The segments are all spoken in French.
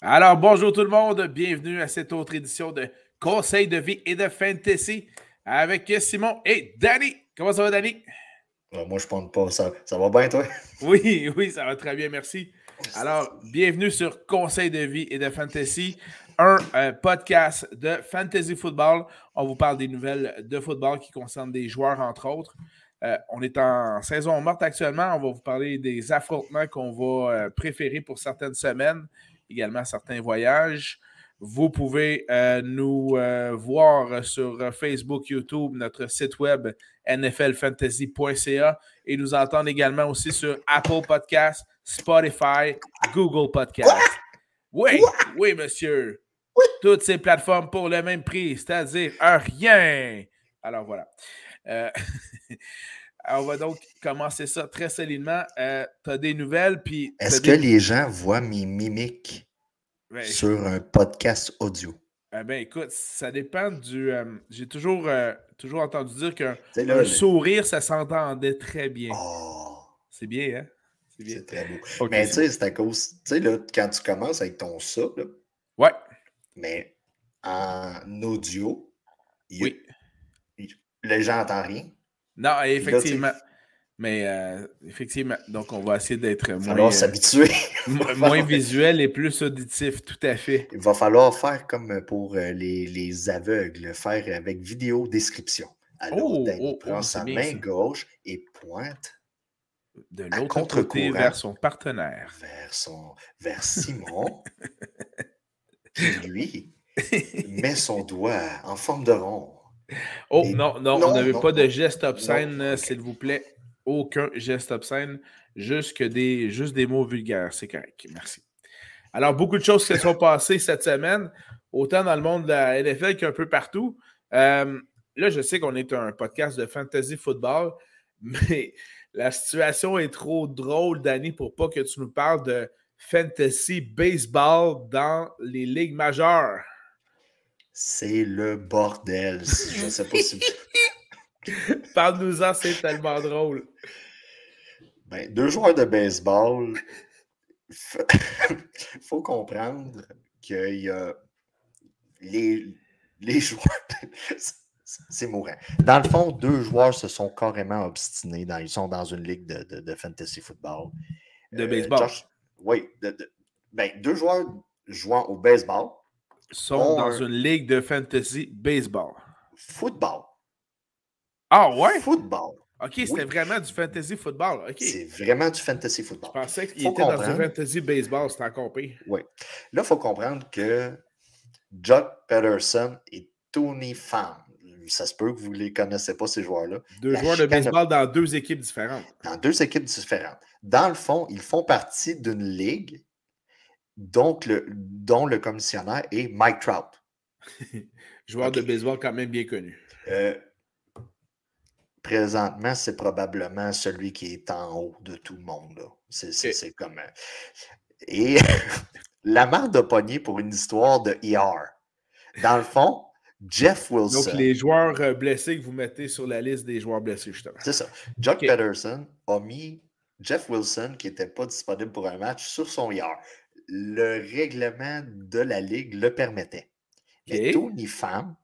Alors, bonjour tout le monde, bienvenue à cette autre édition de Conseils de vie et de fantasy avec Simon et Danny. Comment ça va, Danny? Moi, je pense pas. Ça va bien, toi? Oui, ça va très bien, merci. Alors, bienvenue sur Conseils de vie et de fantasy, un podcast de fantasy football. On vous parle des nouvelles de football qui concernent des joueurs, entre autres. On est en saison morte actuellement. On va vous parler des affrontements qu'on va préférer pour certaines semaines, également certains voyages. Vous pouvez nous voir sur Facebook, YouTube, notre site web nflfantasy.ca et nous entendre également aussi sur Apple Podcasts, Spotify, Google Podcasts. Oui, monsieur. Toutes ces plateformes pour le même prix, c'est-à-dire rien. Alors voilà. On va donc commencer ça très solidement. Tu as des nouvelles, puis... Est-ce que les gens voient mes mimiques sur un podcast audio? Écoute, ça dépend du... j'ai toujours entendu dire qu'un Là, sourire, ça s'entendait très bien. Oh, C'est bien, hein? C'est bien. c'est très beau. OK, Mais c'est tu sais, c'est à cause, tu sais, là, quand tu commences avec ton ça, là, Ouais, mais en audio, oui. les gens n'entendent rien. Non, Puis là, tu sais, effectivement. Mais effectivement, donc on va essayer d'être il va falloir s'habituer. moins visuel et plus auditif, tout à fait. Il va falloir faire comme pour les aveugles, faire avec vidéo description. Alors, Danny prend C'est sa bien main ça. gauche et pointe De à l'autre côté, contre-courant vers son partenaire. vers Simon, qui lui met son doigt en forme de rond. Et Non, on non, n'avait non, pas de non, geste non, obscène, ok. s'il vous plaît. Aucun geste obscène, juste des mots vulgaires, c'est correct. Merci. Alors, beaucoup de choses qui se sont passées cette semaine, autant dans le monde de la NFL qu'un peu partout. Là, je sais qu'on est un podcast de fantasy football, mais la situation est trop drôle, Danny, pour pas que tu nous parles de fantasy baseball dans les ligues majeures. C'est le bordel. Je sais pas si... Parle-nous-en, c'est tellement drôle. Ben, deux joueurs de baseball, faut comprendre qu'il y a les joueurs... C'est mourant. Dans le fond, deux joueurs se sont carrément obstinés. Ils sont dans une ligue de fantasy football. De baseball. Oui, deux joueurs jouant au baseball Sont ont dans un une ligue de fantasy baseball. football. Ah ouais? Football. OK, c'était Oui, vraiment du fantasy football. OK. c'est vraiment du fantasy Je football. pensais qu'il Faut était dans un comprendre. fantasy baseball, c'était encore pire. Oui. Là, il faut comprendre que Jock Peterson et Tony Pham, ça se peut que vous ne les connaissez pas, ces joueurs-là. Deux La joueurs de chicane baseball dans deux équipes différentes. dans deux équipes différentes. Dans le fond, ils font partie d'une ligue dont le commissionnaire est Mike Trout. Joueur OK. de baseball quand même bien connu. Présentement, c'est probablement celui qui est en haut de tout le monde. Là. Okay. C'est comme... Et la marque de poignée pour une histoire de ER. Dans le fond, Jeff Wilson. Donc, les joueurs blessés que vous mettez sur la liste des joueurs blessés, justement. C'est ça. Jock Peterson a mis Jeff Wilson, qui n'était pas disponible pour un match, sur son ER. Le règlement de la Ligue le permettait. Mais Tony Pham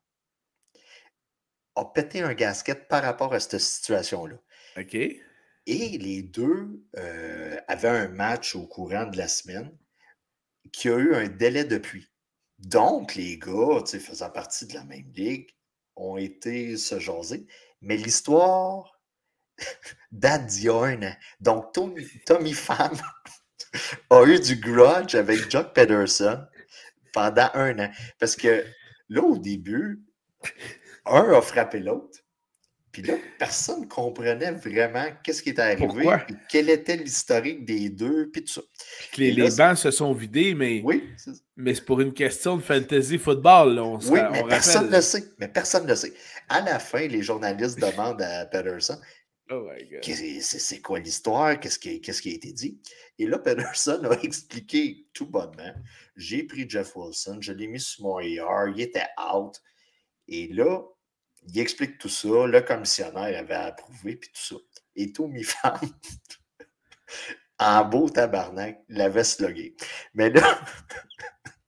a pété un gasket par rapport à cette situation-là. OK. Et les deux avaient un match au courant de la semaine qui a eu un délai de pluie. Donc, les gars, faisant partie de la même ligue, ont été se jaser. Mais l'histoire date d'il y a un an. Donc, Tommy Pham a eu du grudge avec Jock Peterson pendant un an. Parce que là, au début, un a frappé l'autre. Puis là, personne ne comprenait vraiment qu'est-ce qui était arrivé. Pourquoi? Puis quel était l'historique des deux, puis tout ça. Puis que les bancs se sont vidés, mais, oui, mais c'est pour une question de fantasy football. Là, mais personne ne le sait. Mais personne ne le sait. À la fin, les journalistes demandent à Peterson oh my God. C'est quoi l'histoire, qu'est-ce qui a été dit. Et là, Peterson a expliqué tout bonnement. J'ai pris Jeff Wilson, je l'ai mis sur mon AR, il était out. Et là, il explique tout ça. Le commissionnaire avait approuvé, puis tout ça. Et Tommy Pham, en beau tabarnak, l'avait slogué. Mais là,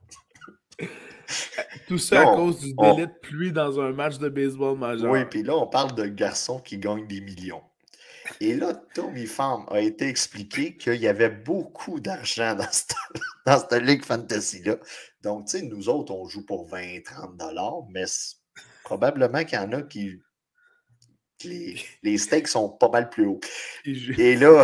Tout ça Là, à cause du délai de pluie dans un match de baseball oui, majeur. puis là, on parle de garçons qui gagnent des millions. Et là, Tommy Pham a été expliqué qu'il y avait beaucoup d'argent dans cette Ligue Fantasy-là. Donc, tu sais, nous autres, on joue pour 20-30 $, mais probablement qu'il y en a qui les stakes sont pas mal plus hauts. Et là,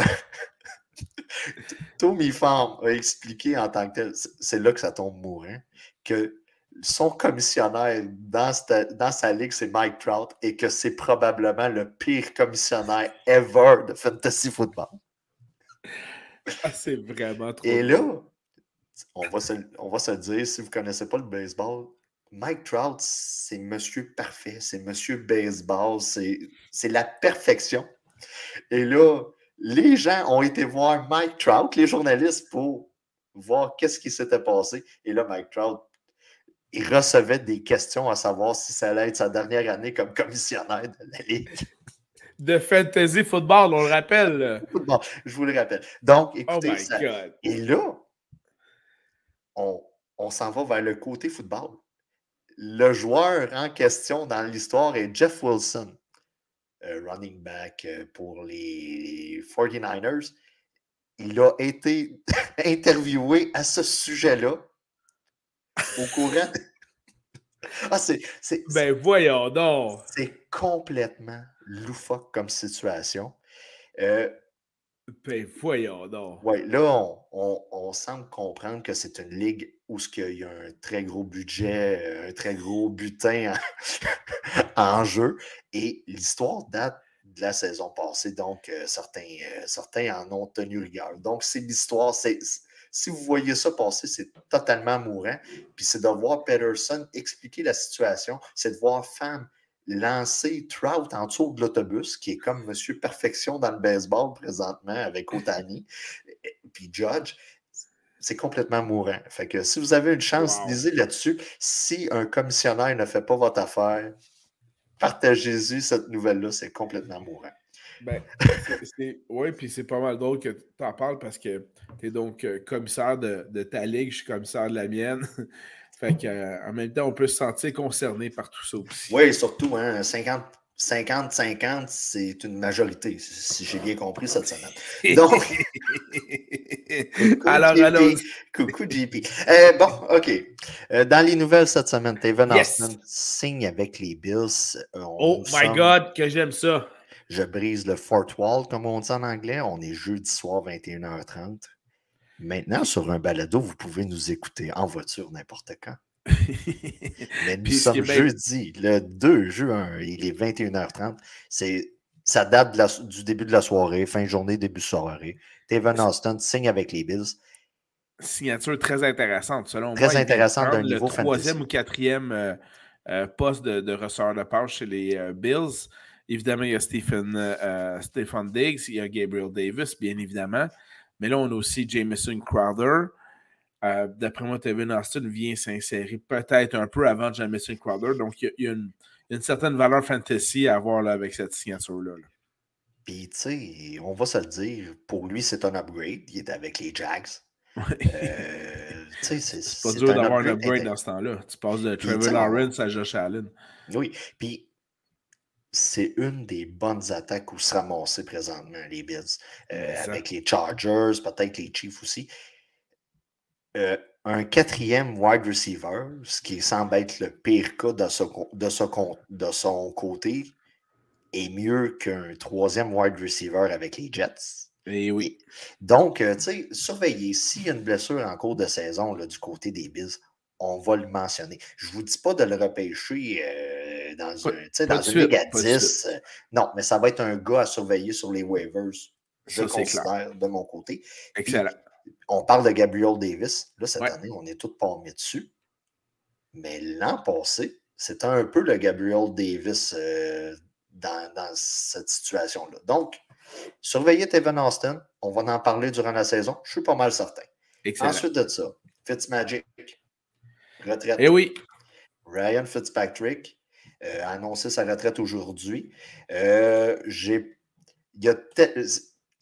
Tommy Pham a expliqué en tant que tel, c'est là que ça tombe mourant, que son commissionnaire dans sa ligue, c'est Mike Trout, et que c'est probablement le pire commissionnaire ever de fantasy football. Ah, c'est vraiment trop Et drôle. là, on va se dire, si vous ne connaissez pas le baseball, Mike Trout, c'est monsieur parfait, c'est monsieur baseball, c'est la perfection. Et là, les gens ont été voir Mike Trout, les journalistes, pour voir qu'est-ce qui s'était passé. Et là, Mike Trout, il recevait des questions à savoir si ça allait être sa dernière année comme commissionnaire de la Ligue. De fantasy football, on le rappelle. Bon, je vous le rappelle. Donc, Oh écoutez, my God. et là, on s'en va vers le côté football. Le joueur en question dans l'histoire est Jeff Wilson, running back pour les 49ers. Il a été interviewé à ce sujet-là au courant. Ah, Ben voyons donc. c'est complètement loufoque comme situation. Euh, Ben voyons donc. ouais, là, on semble comprendre que c'est une ligue où il y a un très gros budget, un très gros butin en jeu. Et l'histoire date de la saison passée, donc certains en ont tenu rigueur. Donc, c'est l'histoire. Si vous voyez ça passer, c'est totalement mourant. Puis c'est de voir Peterson expliquer la situation, c'est de voir Pham lancer Trout en dessous de l'autobus, qui est comme Monsieur Perfection dans le baseball présentement avec Otani, puis Judge. C'est complètement mourant. Fait que si vous avez une chance, Wow. lisez là-dessus. Si un commissionnaire ne fait pas votre affaire, partagez-y cette nouvelle-là, c'est complètement mourant. Ben, oui, puis c'est pas mal drôle que tu en parles parce que tu es donc commissaire de ta ligue, je suis commissaire de la mienne. Fait que, en même temps, on peut se sentir concerné par tout ça aussi. Oui, surtout, hein, 50-50, c'est une majorité, si j'ai bien compris cette semaine. Donc, coucou Alors, allons. JP. Coucou JP. Bon, OK. Dans les nouvelles cette semaine, Tavon Austin Yes! signe avec les Bills. Oh my God, que j'aime ça! Je brise le fourth wall, comme on dit en anglais. On est jeudi soir, 21h30. Maintenant, sur un balado, vous pouvez nous écouter en voiture n'importe quand. Mais nous Puis ce qui est sommes bien. jeudi, le 2 juin, il est 21h30. Ça date du début de la soirée, fin de journée, début de soirée. Tavon Austin signe avec les Bills. Signature très intéressante. Selon moi, Très il vient de intéressant d'un prendre le niveau troisième fantasy. ou quatrième poste de receveur de passe chez les Bills. Évidemment, il y a Stephen Diggs, il y a Gabriel Davis, bien évidemment. Mais là, on a aussi Jamison Crowder. D'après moi, Tavon Austin vient s'insérer peut-être un peu avant Jamison Crowder. Donc, il y a une certaine valeur fantasy à avoir là, avec cette signature-là. Là. Puis, tu sais, on va se le dire, pour lui, c'est un upgrade. Il est avec les Jags. C'est pas C'est dur un d'avoir un upgrade. upgrade dans ce temps-là. Tu passes de Puis, Trevor Lawrence à Josh Allen. oui, puis c'est une des bonnes attaques où se ramasser présentement, les Bills. Avec les Chargers, peut-être les Chiefs aussi. Un quatrième wide receiver, ce qui semble être le pire cas de son côté, est mieux qu'un troisième wide receiver avec les Jets. Et oui. Et donc, tu sais, surveillez. S'il y a une blessure en cours de saison là, du côté des Bills, on va le mentionner. Je ne vous dis pas de le repêcher dans une ligue à 10. Non, mais ça va être un gars à surveiller sur les waivers, je ça, considère, de mon côté. Excellent. Puis, on parle de Gabriel Davis. Là, cette ouais. année, on est tous palmés dessus. Mais l'an passé, c'était un peu le Gabriel Davis dans cette situation-là. Donc, surveillez Tavon Austin. On va en parler durant la saison. Je suis pas mal certain. Excellent. Ensuite de ça, Fitzmagic, retraite. Et oui. Ryan Fitzpatrick a annoncé sa retraite aujourd'hui.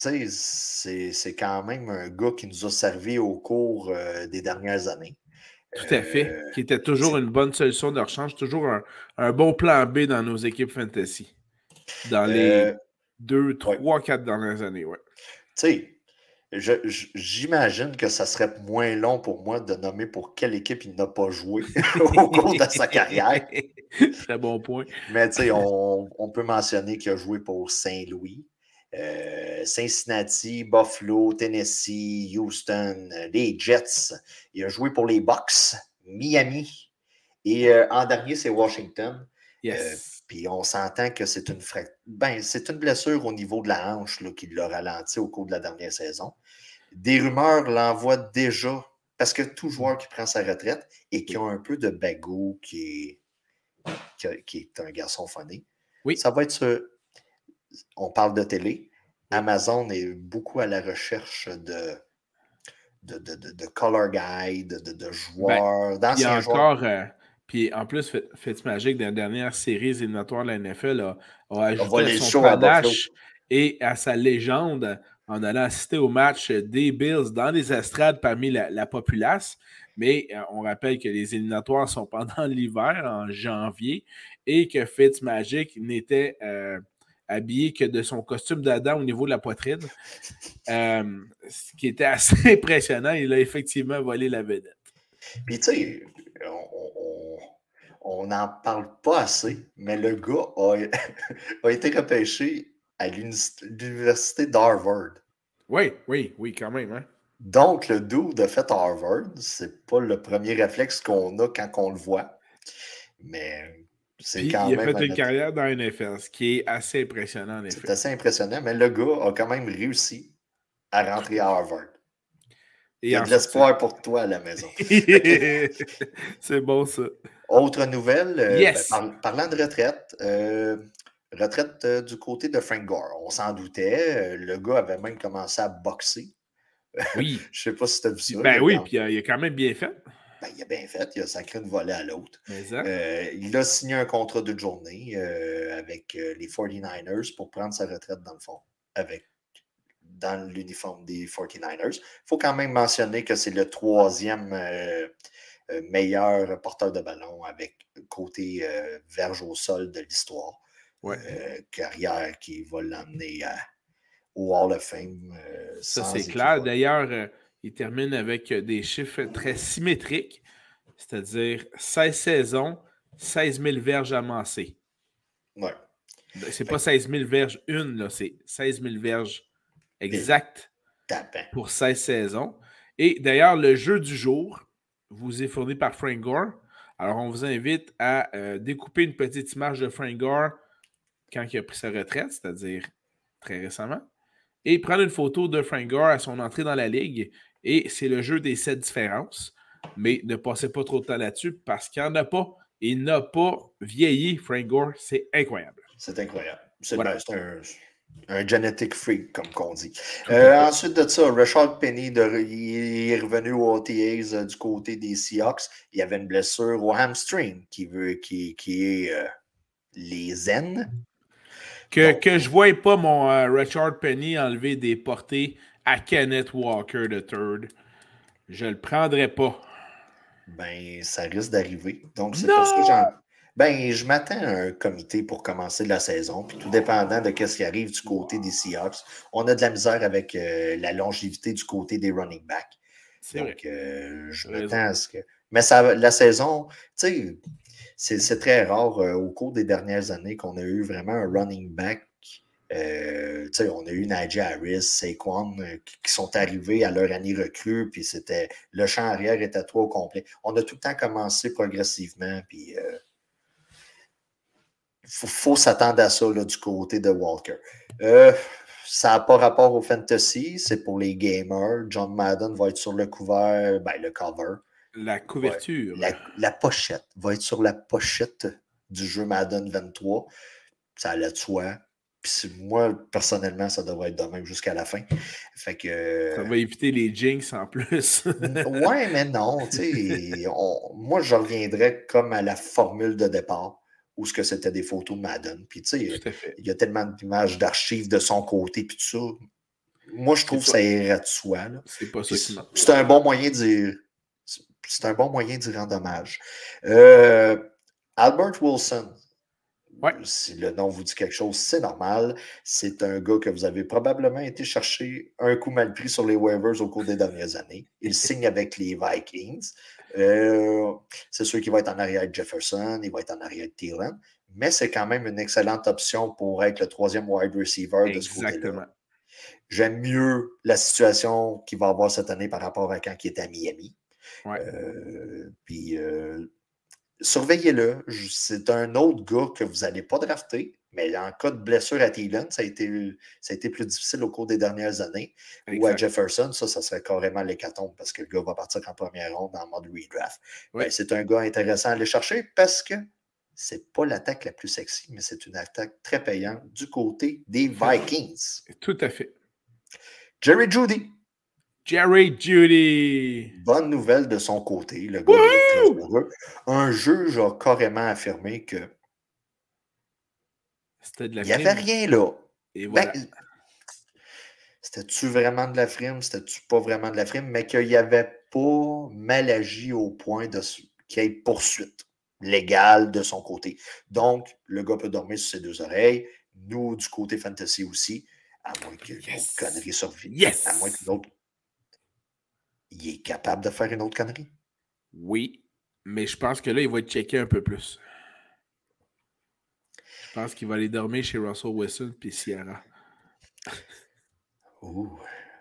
C'est quand même un gars qui nous a servi au cours des dernières années. Tout à fait. Qui était toujours une bonne solution de rechange, toujours un bon plan B dans nos équipes fantasy. Dans les 2, 3, 4 dernières années, ouais. Tu sais, j'imagine que ça serait moins long pour moi de nommer pour quelle équipe il n'a pas joué au cours de sa carrière. Très bon point. Mais tu sais, on peut mentionner qu'il a joué pour Saint-Louis, Cincinnati, Buffalo, Tennessee, Houston, les Jets. Il a joué pour les Bucks, Miami. Et en dernier, c'est Washington. Yes. Puis on s'entend que c'est une blessure au niveau de la hanche là, qui l'a ralenti au cours de la dernière saison. Des rumeurs l'envoient déjà, parce que tout joueur qui prend sa retraite et qui a un peu de bagot, qui est un garçon phoné, ça va être on parle de télé. Amazon est beaucoup à la recherche de color guide, de joueurs, d'anciens joueurs. Puis en plus, Fitzmagic, dans la dernière série éliminatoire de la NFL, a ajouté à son show panache et à sa légende en allant assister au match des Bills dans les estrades parmi la populace. Mais on rappelle que les éliminatoires sont pendant l'hiver, en janvier, et que Fitzmagic n'était habillé que de son costume d'Adam au niveau de la poitrine. Ce qui était assez impressionnant. Il a effectivement volé la vedette. Puis, tu sais, on n'en parle pas assez, mais le gars a été repêché à l'université d'Harvard. Oui, quand même. Hein? Donc, le dude a fait Harvard. C'est pas le premier réflexe qu'on a quand on le voit. Mais c'est puis, quand même. Il a fait une carrière dans une NFL, ce qui est assez impressionnant, en effet. C'est assez impressionnant, mais le gars a quand même réussi à rentrer à Harvard. Il y a de l'espoir pour toi à la maison. C'est bon, ça. Autre nouvelle, yes. Parlant de retraite, retraite du côté de Frank Gore. On s'en doutait. Le gars avait même commencé à boxer. Oui. Je ne sais pas si tu as vu ça. Ben oui, puis il a quand même bien fait. Ben, il a bien fait. Il a sacré une volée à l'autre. Mais il a signé un contrat de journée avec les 49ers pour prendre sa retraite, dans le fond, dans l'uniforme des 49ers. Il faut quand même mentionner que c'est le 3e meilleur porteur de ballon avec côté verge au sol de l'histoire. Carrière qui va l'emmener au Hall of Fame. Ça, c'est clair. D'ailleurs, il termine avec des chiffres très symétriques, c'est-à-dire 16 saisons, 16 000 verges amassées. Ouais. C'est pas 16 000 verges une, là, c'est 16 000 verges exactes pour 16 saisons. Et d'ailleurs, le jeu du jour vous est fourni par Frank Gore. Alors, on vous invite à découper une petite image de Frank Gore quand il a pris sa retraite, c'est-à-dire très récemment, et prendre une photo de Frank Gore à son entrée dans la ligue. Et c'est le jeu des 7 différences. Mais ne passez pas trop de temps là-dessus parce qu'il n'y en a pas. Il n'a pas vieilli, Frank Gore. C'est incroyable. C'est incroyable. C'est voilà. un genetic freak, comme qu'on dit. Ensuite de ça, Rashad Penny il est revenu aux OTAs du côté des Seahawks. Il y avait une blessure au hamstring qui est les zen. Que je ne voie pas mon Rashad Penny enlever des portées à Kenneth Walker III. Je le prendrai pas. Ben, ça risque d'arriver. Donc, c'est pour ça que je m'attends à un comité pour commencer la saison. Puis, tout dépendant de ce qui arrive du côté des Seahawks, on a de la misère avec la longévité du côté des running backs. Donc, je m'attends à ce que. Mais la saison, tu sais, c'est très rare au cours des dernières années qu'on a eu vraiment un running back. On a eu Najee Harris, Saquon qui sont arrivés à leur année recrue, puis c'était le champ arrière était trop au complet. On a tout le temps commencé progressivement, puis faut s'attendre à ça là, du côté de Walker. Ça n'a pas rapport au fantasy, c'est pour les gamers. John Madden va être sur le couvert, le cover. La couverture. La pochette va être sur la pochette du jeu Madden 23. Ça allait de soi. Puis moi, personnellement, ça devrait être de même jusqu'à la fin. Fait que, ça va éviter les jinx en plus. ouais, mais non. Moi, je reviendrais comme à la formule de départ où ce que c'était des photos de Madden. Puis tu sais, il y a tellement d'images d'archives de son côté puis tout ça. Moi, je trouve que ça irait de soi. Là. C'est pas ça qui c'est un bon moyen de dire. c'est un bon moyen d'y rendre hommage. Albert Wilson, Ouais. si le nom vous dit quelque chose, c'est normal. C'est un gars que vous avez probablement été chercher un coup mal pris sur les waivers au cours des dernières années. Il signe avec les Vikings. C'est sûr qu'il va être en arrière de Jefferson, il va être en arrière de Thielen, mais c'est quand même une excellente option pour être le troisième wide receiver de ce côté-là. J'aime mieux la situation qu'il va avoir cette année par rapport à quand il était à Miami. Ouais. Puis surveillez-le. C'est un autre gars que vous n'allez pas drafter, mais en cas de blessure à Thielen, ça a été plus difficile au cours des dernières années. Exact. Ou à Jefferson, ça serait carrément l'hécatombe parce que le gars va partir en première ronde en mode redraft. Oui. Ben, c'est un gars intéressant à aller chercher parce que c'est pas l'attaque la plus sexy, mais c'est une attaque très payante du côté des Vikings. Tout à fait. Jerry Jeudy. Jerry Jeudy. Bonne nouvelle de son côté, le gars est très heureux. Un juge a carrément affirmé que c'était de la il n'y avait rien là. Et voilà. Ben, c'était-tu vraiment de la frime? C'était-tu pas vraiment de la frime? Mais qu'il n'y avait pas mal agi au point qu'il y ait poursuite légale de son côté. Donc, le gars peut dormir sur ses deux oreilles. Nous, du côté fantasy aussi, à moins qu'une autre connerie survive. Yes! À moins qu'une autre... Il est capable de faire une autre connerie? Oui, mais je pense que là, il va être checké un peu plus. Je pense qu'il va aller dormir chez Russell Wilson puis Sierra. Ouh.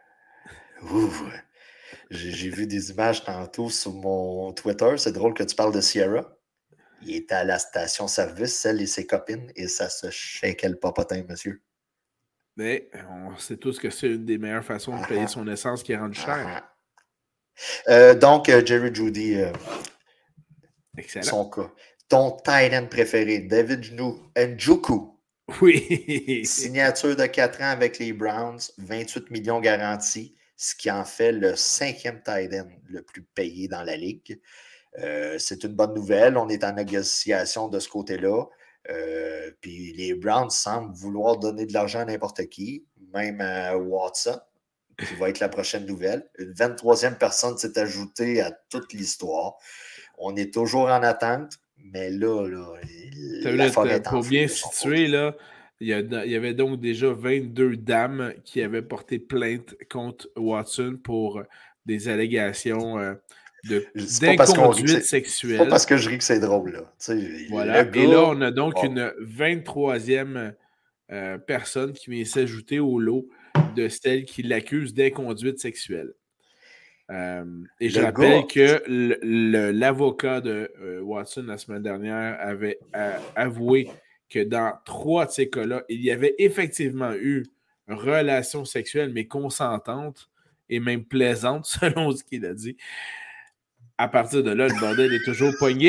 J'ai vu des images tantôt sur mon Twitter. C'est drôle que tu parles de Sierra. Il était à la station-service, elle et ses copines, et ça se shakeait le popotin, monsieur. Mais on sait tous que c'est une des meilleures façons de payer son essence qui est rendue chère. Donc, Jerry Jeudy, excellent. Son cas. Ton tight end préféré, David Njoku. Oui. Signature de 4 ans avec les Browns, 28 millions garantis, ce qui en fait le 5e tight end le plus payé dans la ligue. C'est une bonne nouvelle. On est en négociation de ce côté-là. Puis les Browns semblent vouloir donner de l'argent à n'importe qui, même à Watson, qui va être la prochaine nouvelle. Une 23e personne s'est ajoutée à toute l'histoire. On est toujours en attente, mais là la forêt est en pour feu bien situer, là, il y avait donc déjà 22 dames qui avaient porté plainte contre Watson pour des allégations d'inconduite sexuelle. C'est pas parce que je ris que c'est drôle. Là. Voilà. Le gars, et là, on a donc une 23e personne qui vient s'ajouter au lot de celles qui l'accusent d'inconduite sexuelle. Et je rappelle que l'avocat de Watson la semaine dernière avait avoué que dans 3 de ces cas-là, il y avait effectivement eu une relation sexuelle, mais consentante et même plaisante, selon ce qu'il a dit. À partir de là, le bordel est toujours pogné.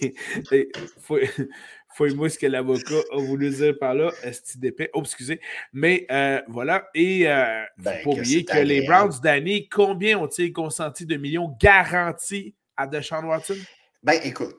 Fouille-moi ce que l'avocat a voulu dire par là. Est-ce d'épais? Oh, excusez. Mais voilà. Et il ne faut pas oublier que les Browns d'année, combien ont-ils consenti de millions garantis à Deshaun Watson? Ben, écoute,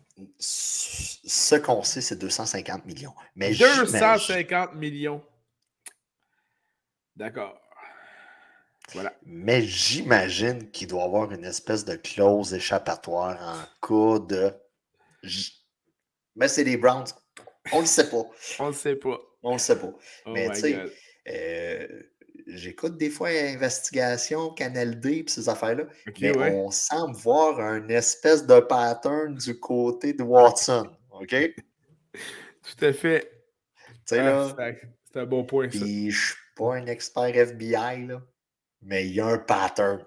ce qu'on sait, c'est 250 millions. Mais 250 millions. D'accord. Voilà. Mais j'imagine qu'il doit y avoir une espèce de clause échappatoire en cas de... Mais c'est les Browns. On le sait pas. On le sait pas. On le sait pas. Oh mais tu sais, j'écoute des fois Investigation, Canal D et ces affaires-là. Okay, mais on semble voir un espèce de pattern du côté de Watson. OK? Tout à fait. C'est un bon point, ça. Puis je suis pas un expert FBI, là, mais il y a un pattern.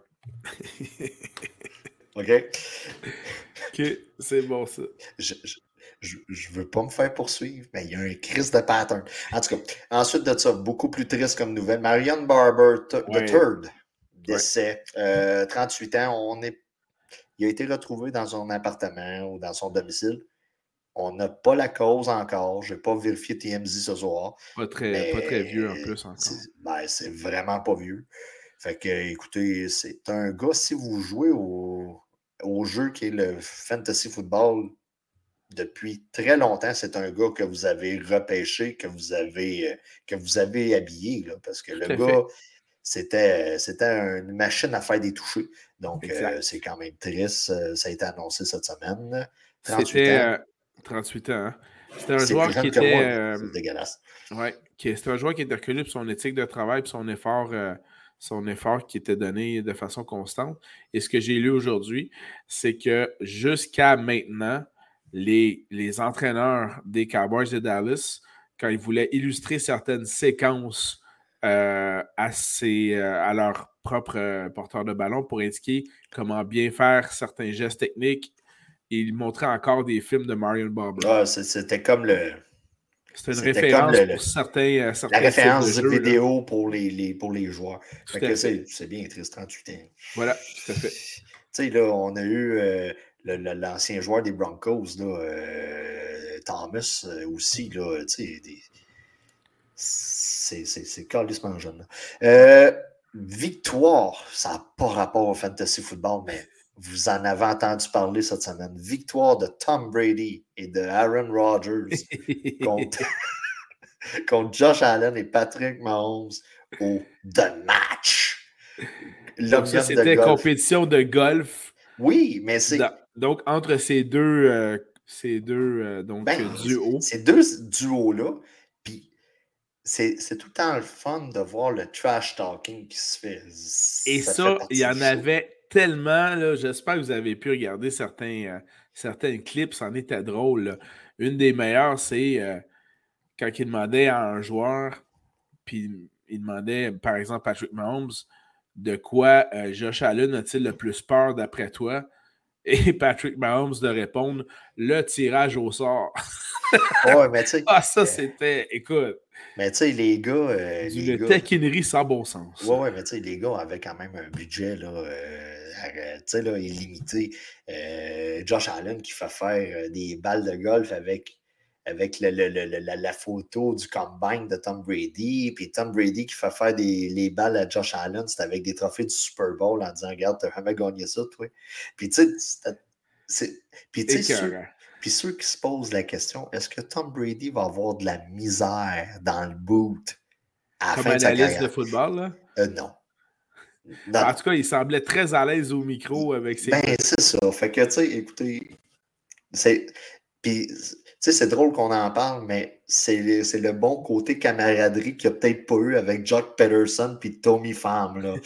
OK? OK, c'est bon, ça. Je veux pas me faire poursuivre, mais il y a un crise de pattern. En tout cas, ensuite de ça, beaucoup plus triste comme nouvelle, Marion Barber III, décès, 38 ans, il a été retrouvé dans son appartement ou dans son domicile. On n'a pas la cause encore. Je n'ai pas vérifié TMZ ce soir. Pas très vieux en plus encore. C'est vraiment pas vieux. Fait que, écoutez, c'est un gars, si vous jouez au jeu qui est le fantasy football depuis très longtemps, c'est un gars que vous avez repêché, que vous avez habillé. Là, parce que le gars, c'était une machine à faire des touchés. Donc, c'est quand même triste. Ça a été annoncé cette semaine. 38 ans. 38 ans. Hein? C'était un C'est joueur plus qui jeune que moi. était. C'est dégueulasse. Ouais, c'était un joueur qui était reconnu pour son éthique de travail et son effort qui était donné de façon constante. Et ce que j'ai lu aujourd'hui, c'est que jusqu'à maintenant, les entraîneurs des Cowboys de Dallas, quand ils voulaient illustrer certaines séquences à leur propre porteur de ballon pour indiquer comment bien faire certains gestes techniques, ils montraient encore des films de Marion Barber. Ah, c'était comme le. C'est une C'était comme référence pour la certains types de référence jeux. vidéo pour les joueurs. Tout à fait. C'est bien triste, 38 ans. Voilà, tout à fait. Tu sais, là, on a eu l'ancien joueur des Broncos, là, Thomas aussi, là, tu sais, c'est calissement jeune. Victoire, ça n'a pas rapport au fantasy football, mais vous en avez entendu parler cette semaine. Victoire de Tom Brady et de Aaron Rodgers contre Josh Allen et Patrick Mahomes au The Match. Donc ça, c'était compétition de golf. Oui, mais c'est... Donc, entre ces deux duos. Ces deux duos-là, puis c'est tout le temps le fun de voir le trash talking qui se fait. Et ça, il y en avait tellement, là, j'espère que vous avez pu regarder certains clips, c'en était drôle. Là. Une des meilleures, c'est quand il demandait à un joueur, puis il demandait, par exemple, Patrick Mahomes, de quoi Josh Allen a-t-il le plus peur d'après toi? Et Patrick Mahomes de répondre, le tirage au sort. Ouais, mais tu sais. Ah, ça, c'était, écoute. Mais tu sais, les gars. Une taquinerie sans bon sens. Ouais, mais tu sais, les gars avaient quand même un budget, là. Tu sais, là, illimité. Josh Allen qui fait faire des balles de golf avec la photo du combine de Tom Brady, puis Tom Brady qui fait faire les balles à Josh Allen, c'était avec des trophées du Super Bowl en disant, regarde, t'as jamais gagné ça, toi. Puis tu sais, ceux qui se posent la question, est-ce que Tom Brady va avoir de la misère dans le boot à la fin de sa carrière? Comme analyste de football, là? Non. En tout cas, il semblait très à l'aise au micro avec ses... c'est ça. Fait que, tu sais, écoutez, puis, tu sais, c'est drôle qu'on en parle, mais c'est le bon côté camaraderie qu'il n'y a peut-être pas eu avec Jock Peterson puis Tommy Pham, là.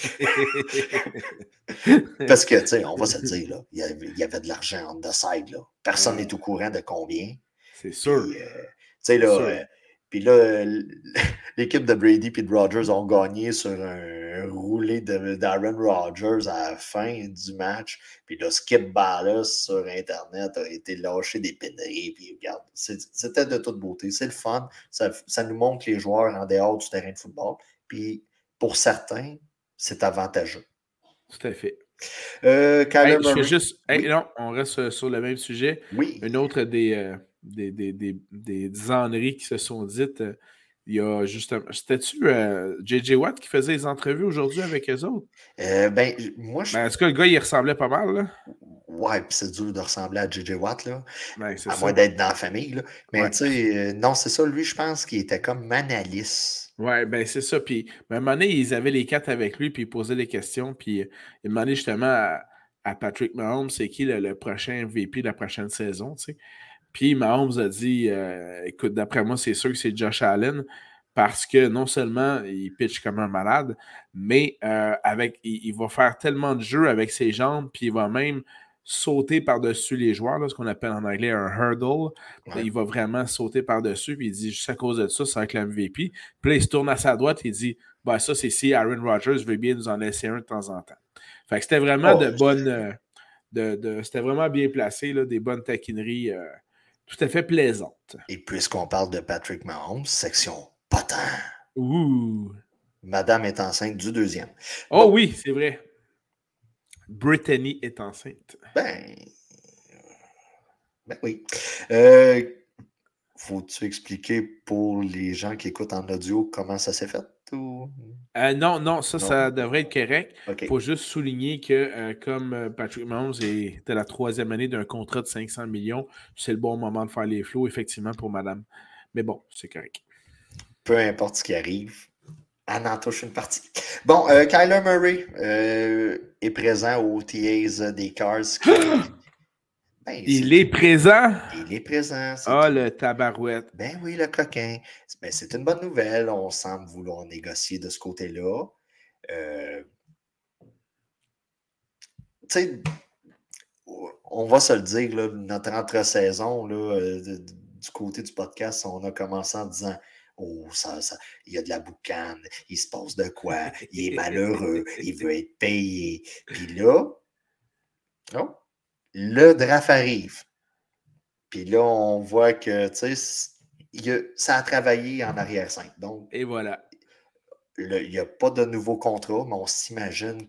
Parce que, tu sais, on va se dire, là, il y avait de l'argent on the side, là. Personne n'est au courant de combien. C'est sûr. Tu sais, là... Puis là, l'équipe de Brady et de Rodgers ont gagné sur un roulé d'Aaron Rodgers à la fin du match. Puis là, Skip Bayless sur Internet a été lâché des pénalités. Puis regarde, c'était de toute beauté. C'est le fun. Ça nous montre les joueurs en dehors du terrain de football. Puis pour certains, c'est avantageux. Tout à fait. Je fais juste... non, on reste sur le même sujet. Oui. Une autre des dizaneries qui se sont dites. Il y a justement. C'était-tu J.J. Watt qui faisait les entrevues aujourd'hui avec eux autres? Moi, en tout cas, le gars, il ressemblait pas mal, là. Ouais, puis c'est dur de ressembler à J.J. Watt, là. À moins d'être dans la famille, là. Mais tu sais, non, c'est ça. Lui, je pense qu'il était comme analyste. Ouais, ben c'est ça. Puis, à un moment donné, ils avaient les quatre avec lui, puis ils posaient des questions, puis ils demandaient justement à Patrick Mahomes, c'est qui le prochain VP de la prochaine saison, tu sais. Puis Mahomes a dit, écoute, d'après moi, c'est sûr que c'est Josh Allen, parce que non seulement il pitch comme un malade, mais il va faire tellement de jeux avec ses jambes, puis il va même sauter par-dessus les joueurs, là, ce qu'on appelle en anglais un hurdle. Ouais. Il va vraiment sauter par-dessus, puis il dit, juste à cause de ça, c'est avec le MVP. Puis là, il se tourne à sa droite, et il dit, bah ça, c'est si Aaron Rodgers veut bien nous en laisser un de temps en temps. Fait que c'était vraiment de bonnes... c'était vraiment bien placé, là, des bonnes taquineries tout à fait plaisantes. Et puisqu'on parle de Patrick Mahomes, section potin. Ouh! Madame est enceinte du deuxième. Oh oui, c'est vrai. Brittany est enceinte. Ben oui. Faut-tu expliquer pour les gens qui écoutent en audio comment ça s'est fait? Ou... non, ça devrait être correct. Il Okay. faut juste souligner que comme Patrick Mahomes était la troisième année d'un contrat de 500 millions, c'est le bon moment de faire les flots, effectivement, pour madame. Mais bon, c'est correct. Peu importe ce qui arrive, Elle en touche une partie. Bon, Kyler Murray est présent aux OTAs des Cars. Ben, Il est présent? Il est présent. Ah, le tabarouette. Ben oui, le coquin. Ben, c'est une bonne nouvelle. On semble vouloir négocier de ce côté-là. Tu sais, on va se le dire, là, notre entre-saison, du côté du podcast, on a commencé en disant oh, il y a de la boucane, il se passe de quoi, il est malheureux, il veut être payé. Puis là, oh, le draft arrive. Puis là, on voit que, tu sais, ça a travaillé en arrière-scène. Donc, et voilà. il n'y a pas de nouveau contrat, mais on s'imagine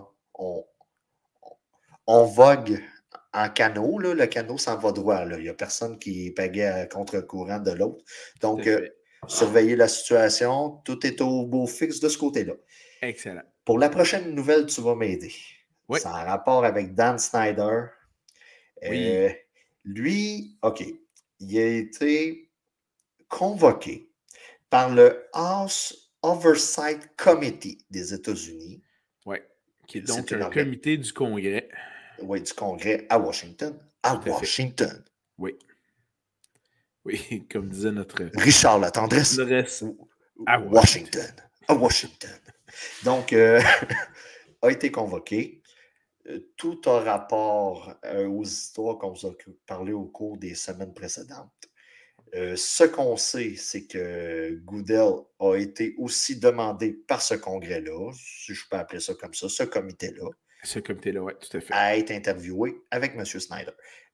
qu'on vogue en canot. Là, le canot s'en va droit. Là. Il n'y a personne qui est payé à contre-courant de l'autre. Donc, surveiller la situation. Tout est au beau fixe de ce côté-là. Excellent. Pour la prochaine nouvelle, tu vas m'aider. Oui. C'est en rapport avec Dan Snyder. Oui. Lui, OK, il a été convoqué par le House Oversight Committee des États-Unis. Oui, qui est donc un comité du Congrès. Oui, du Congrès à Washington. À Washington. Oui. Oui, comme disait notre... Richard La Tendresse. À Washington. À Washington. Donc, a été convoqué. Tout a rapport aux histoires qu'on vous a parlé au cours des semaines précédentes. Ce qu'on sait, c'est que Goodell a été aussi demandé par ce congrès-là, si je peux appeler ça comme ça, ce comité-là. Ce comité-là, oui, tout à fait. À être interviewé avec M. Snyder.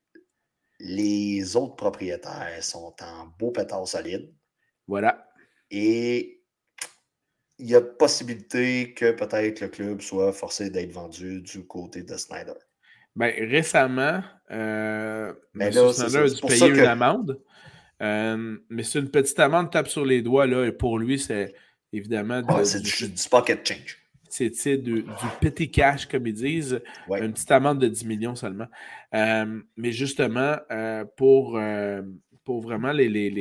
Les autres propriétaires sont en beau pétard solide. Voilà. Et il y a possibilité que peut-être le club soit forcé d'être vendu du côté de Snyder. Bien, récemment, M. Snyder a dû payer une amende. Mais c'est une petite amende tape sur les doigts. Là, et pour lui, c'est évidemment... c'est du pocket change. C'est du petit cash, comme ils disent. Ouais. Une petite amende de 10 millions seulement. Mais justement, pour vraiment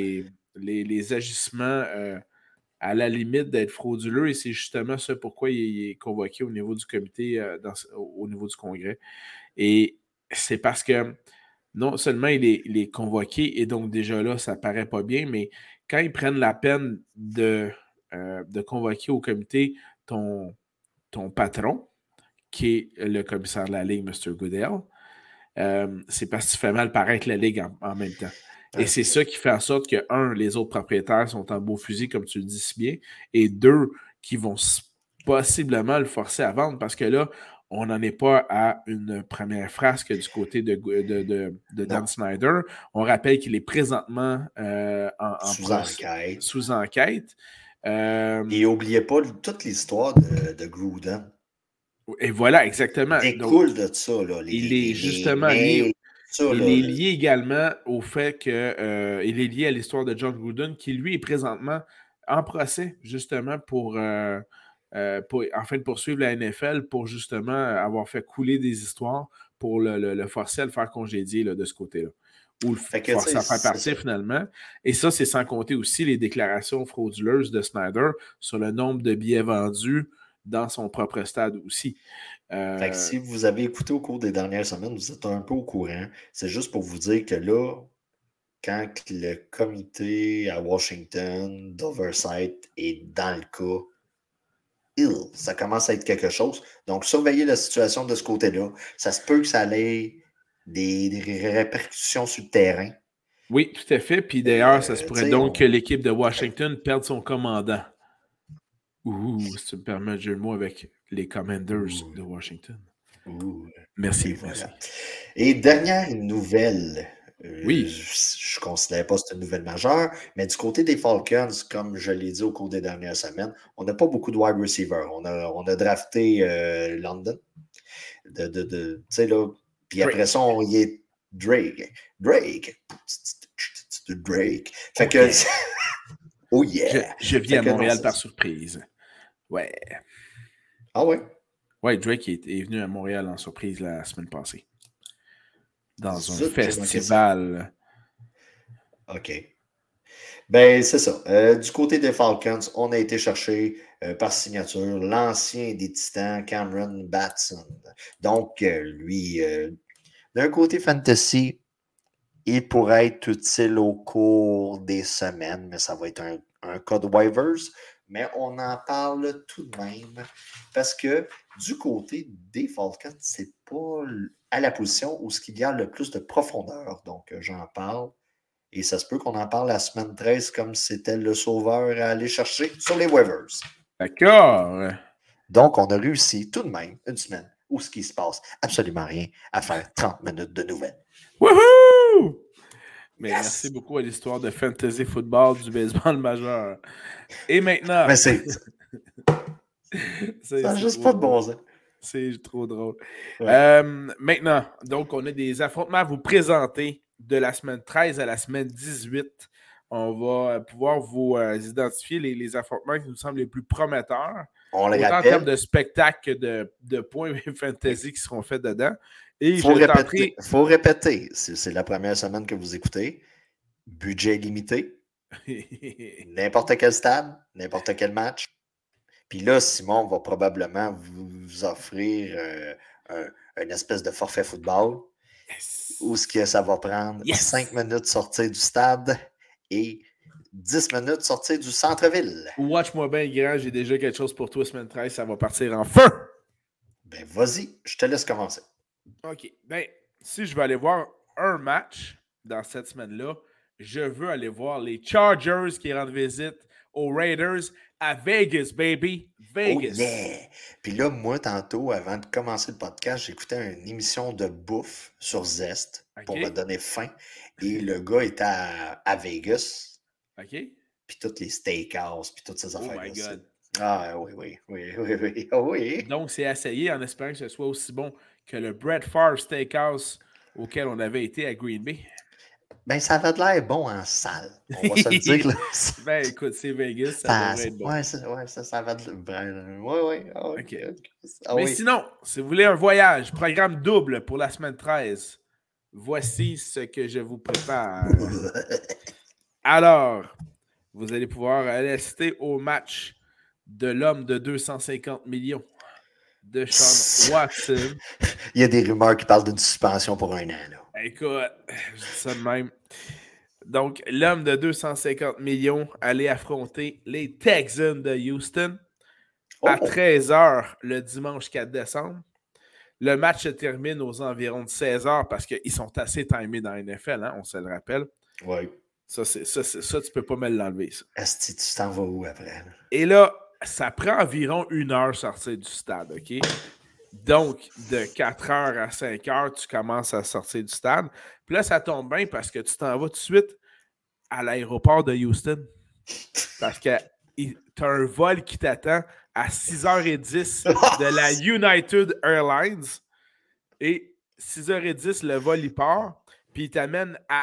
les agissements à la limite d'être frauduleux, et c'est justement ça pourquoi il est convoqué au niveau du comité, au niveau du Congrès. Et c'est parce que non seulement il est convoqué, et donc déjà là, ça paraît pas bien, mais quand ils prennent la peine de convoquer au comité ton patron, qui est le commissaire de la Ligue, M. Goodell, c'est parce que tu fais mal paraître la Ligue en même temps. Et c'est ça qui fait en sorte que, un, les autres propriétaires sont en beau fusil, comme tu le dis si bien, et deux, qui vont possiblement le forcer à vendre, parce que là, on n'en est pas à une première frasque du côté de Dan Snyder. On rappelle qu'il est présentement sous enquête. Et n'oubliez pas toute l'histoire de Gruden. Et voilà, exactement. Il découle de ça. Là, il est justement lié. Il est lié également au fait que il est lié à l'histoire de John Gruden, qui lui est présentement en procès, justement, pour afin de poursuivre la NFL pour justement avoir fait couler des histoires pour le forcer à le faire congédier là, de ce côté-là. Ou le forcer à faire partir finalement. Et ça, c'est sans compter aussi les déclarations frauduleuses de Snyder sur le nombre de billets vendus dans son propre stade aussi. Fait que si vous avez écouté au cours des dernières semaines, vous êtes un peu au courant. C'est juste pour vous dire que là, quand le comité à Washington d'oversight est dans le cas, ça commence à être quelque chose. Donc, surveillez la situation de ce côté-là. Ça se peut que ça ait des répercussions sur le terrain. Oui, tout à fait. Puis d'ailleurs, ça se pourrait donc que l'équipe de Washington perde son commandant. Si tu me permets de jeu de mots avec les Commanders de Washington. Merci, merci. Et dernière nouvelle. Oui. Je ne considère pas que c'est une nouvelle majeure, mais du côté des Falcons, comme je l'ai dit au cours des dernières semaines, on n'a pas beaucoup de wide receivers. On a drafté London. Tu sais, là. Puis après ça, on y est Drake. Fait que. Oh yeah! Je vis à Montréal par surprise. Ouais. Ah ouais? Ouais, Drake est venu à Montréal en surprise la semaine passée. Dans un festival. OK. Ben, c'est ça. Du côté des Falcons, on a été chercher par signature l'ancien des Titans, Cameron Batson. Donc, lui, d'un côté fantasy, il pourrait être utile au cours des semaines, mais ça va être un cas de waivers. Mais on en parle tout de même parce que du côté des Falcons, c'est pas à la position où il y a le plus de profondeur. Donc, j'en parle. Et ça se peut qu'on en parle la semaine 13 comme c'était le sauveur à aller chercher sur les waivers. D'accord. Donc, on a réussi tout de même une semaine où ce qui se passe absolument rien à faire 30 minutes de nouvelles. Wouhou! Mais Yes! merci beaucoup à l'histoire de fantasy football du baseball majeur. Et maintenant. Mais c'est. Ça n'a juste pas de bon sens. C'est trop drôle. Ouais. Maintenant, donc, on a des affrontements à vous présenter de la semaine 13 à la semaine 18. On va pouvoir vous identifier les affrontements qui nous semblent les plus prometteurs. On le autant rappelle. En termes de spectacle que de points fantasy qui seront faits dedans. Et faut répéter. C'est la première semaine que vous écoutez. Budget limité. N'importe quel stade, n'importe quel match. Puis là, Simon va probablement vous offrir une espèce de forfait football où ça va prendre 5 minutes sortir du stade et 10 minutes sortir du centre-ville. Watch-moi bien, grand, j'ai déjà quelque chose pour toi semaine 13, ça va partir en feu! Ben vas-y, je te laisse commencer. OK. Ben, si je veux aller voir un match dans cette semaine-là, je veux aller voir les Chargers qui rendent visite aux Raiders à Vegas, baby. Vegas. Oh yeah! Puis là, moi, tantôt, avant de commencer le podcast, j'écoutais une émission de bouffe sur Zest pour me donner faim. Et le gars était à Vegas. OK. Puis toutes les steakhouse, puis toutes ces affaires-là. Oh my God. Ah oui. Oh, oui. Donc, c'est essayé en espérant que ce soit aussi bon que le Brett Favre Steakhouse auquel on avait été à Green Bay. Ben, ça avait de l'air bon en salle. On va se le dire. Là. Ben, écoute, c'est Vegas, ça devrait être bon. Ouais, ça avait de l'air. Oui. Oh, okay. Oh, mais oui. sinon, si vous voulez un voyage, programme double pour la semaine 13, voici ce que je vous prépare. Alors, vous allez pouvoir assister au match de l'homme de 250 millions, de Sean Watson. Il y a des rumeurs qui parlent d'une suspension pour 1 an. Là. Écoute, je dis ça de même. Donc, l'homme de 250 millions allait affronter les Texans de Houston à 13h le dimanche 4 décembre. Le match se termine aux environs de 16h parce qu'ils sont assez timés dans la NFL, hein, on se le rappelle. Oui. Ça, tu peux pas me l'enlever. Ça. Asti, tu t'en vas où après? Là? Et là, ça prend environ 1 heure sortir du stade, OK? Donc, de 4h à 5h, tu commences à sortir du stade. Puis là, ça tombe bien parce que tu t'en vas tout de suite à l'aéroport de Houston. Parce que tu as un vol qui t'attend à 6h10 de la United Airlines. Et 6h10, le vol, il part. Puis il t'amène à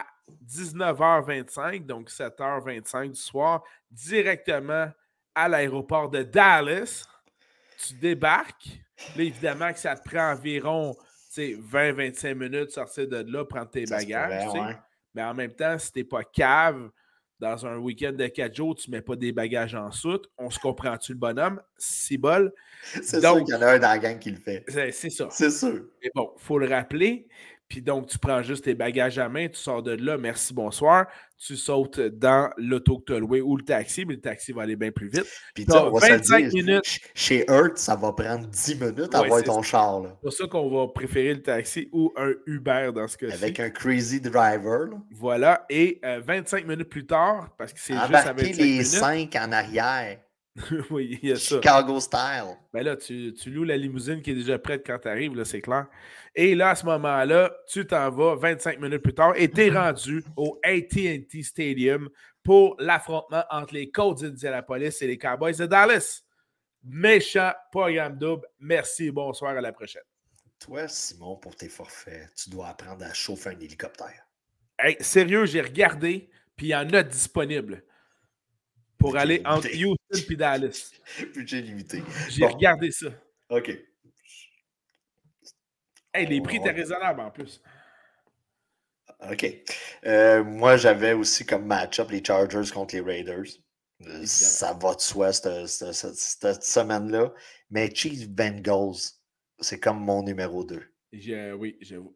19h25, donc 7h25 du soir, directement à l'aéroport de Dallas. Tu débarques. Là, évidemment que ça te prend environ 20-25 minutes de sortir de là, prendre tes bagages. Ouais. Mais en même temps, si tu n'es pas cave, dans un week-end de 4 jours, tu ne mets pas des bagages en soute. On se comprend-tu le bonhomme? C'est bol. C'est sûr qu'il y en a un dans la gang qui le fait. C'est ça. C'est sûr. Mais bon, il faut le rappeler. Puis donc, tu prends juste tes bagages à main, tu sors de là, merci, bonsoir. Tu sautes dans l'auto que tu as loué ou le taxi, mais le taxi va aller bien plus vite. Puis tu on va 25 minutes. Chez Hertz, ça va prendre 10 minutes à avoir ton char. C'est pour ça qu'on va préférer le taxi ou un Uber dans ce cas-ci. Avec un crazy driver. Là. Voilà. Et 25 minutes plus tard, parce que c'est juste à 25 les minutes. 5 en arrière. Oui, il y a ça. Chicago style. Ben là, tu loues la limousine qui est déjà prête quand tu arrives, là, c'est clair. Et là, à ce moment-là, tu t'en vas 25 minutes plus tard et tu es rendu au AT&T Stadium pour l'affrontement entre les Colts d'Indianapolis et les Cowboys de Dallas. Méchant programme double. Merci, bonsoir, à la prochaine. Toi, Simon, pour tes forfaits, tu dois apprendre à chauffer un hélicoptère. Hey, sérieux, j'ai regardé, puis il y en a disponible. Pour budget aller limité. Entre Houston et Dallas. Budget limité. J'ai regardé ça. OK. Hey, les prix étaient raisonnables en plus. OK. Moi, j'avais aussi comme match-up les Chargers contre les Raiders. Évidemment. Ça va de soi, cette semaine-là. Mais Chiefs Bengals, c'est comme mon numéro 2. Oui, j'avoue.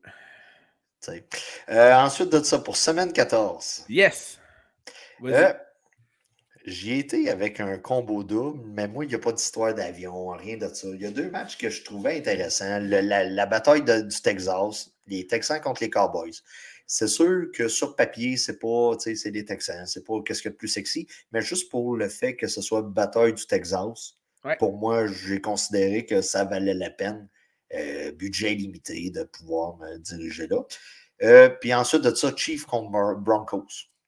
Ensuite de ça, pour semaine 14, Yes! Vas-y. euh, j'y ai été avec un combo double, mais moi, il n'y a pas d'histoire d'avion, rien de ça. Il y a 2 matchs que je trouvais intéressants. La bataille du Texas, les Texans contre les Cowboys. C'est sûr que sur papier, c'est pas, tu sais, c'est les Texans, c'est pas qu'est-ce qu'il y a de plus sexy, mais juste pour le fait que ce soit bataille du Texas, Ouais. pour moi, j'ai considéré que ça valait la peine, budget limité, de pouvoir me diriger là. Puis ensuite de ça, Chiefs contre Broncos.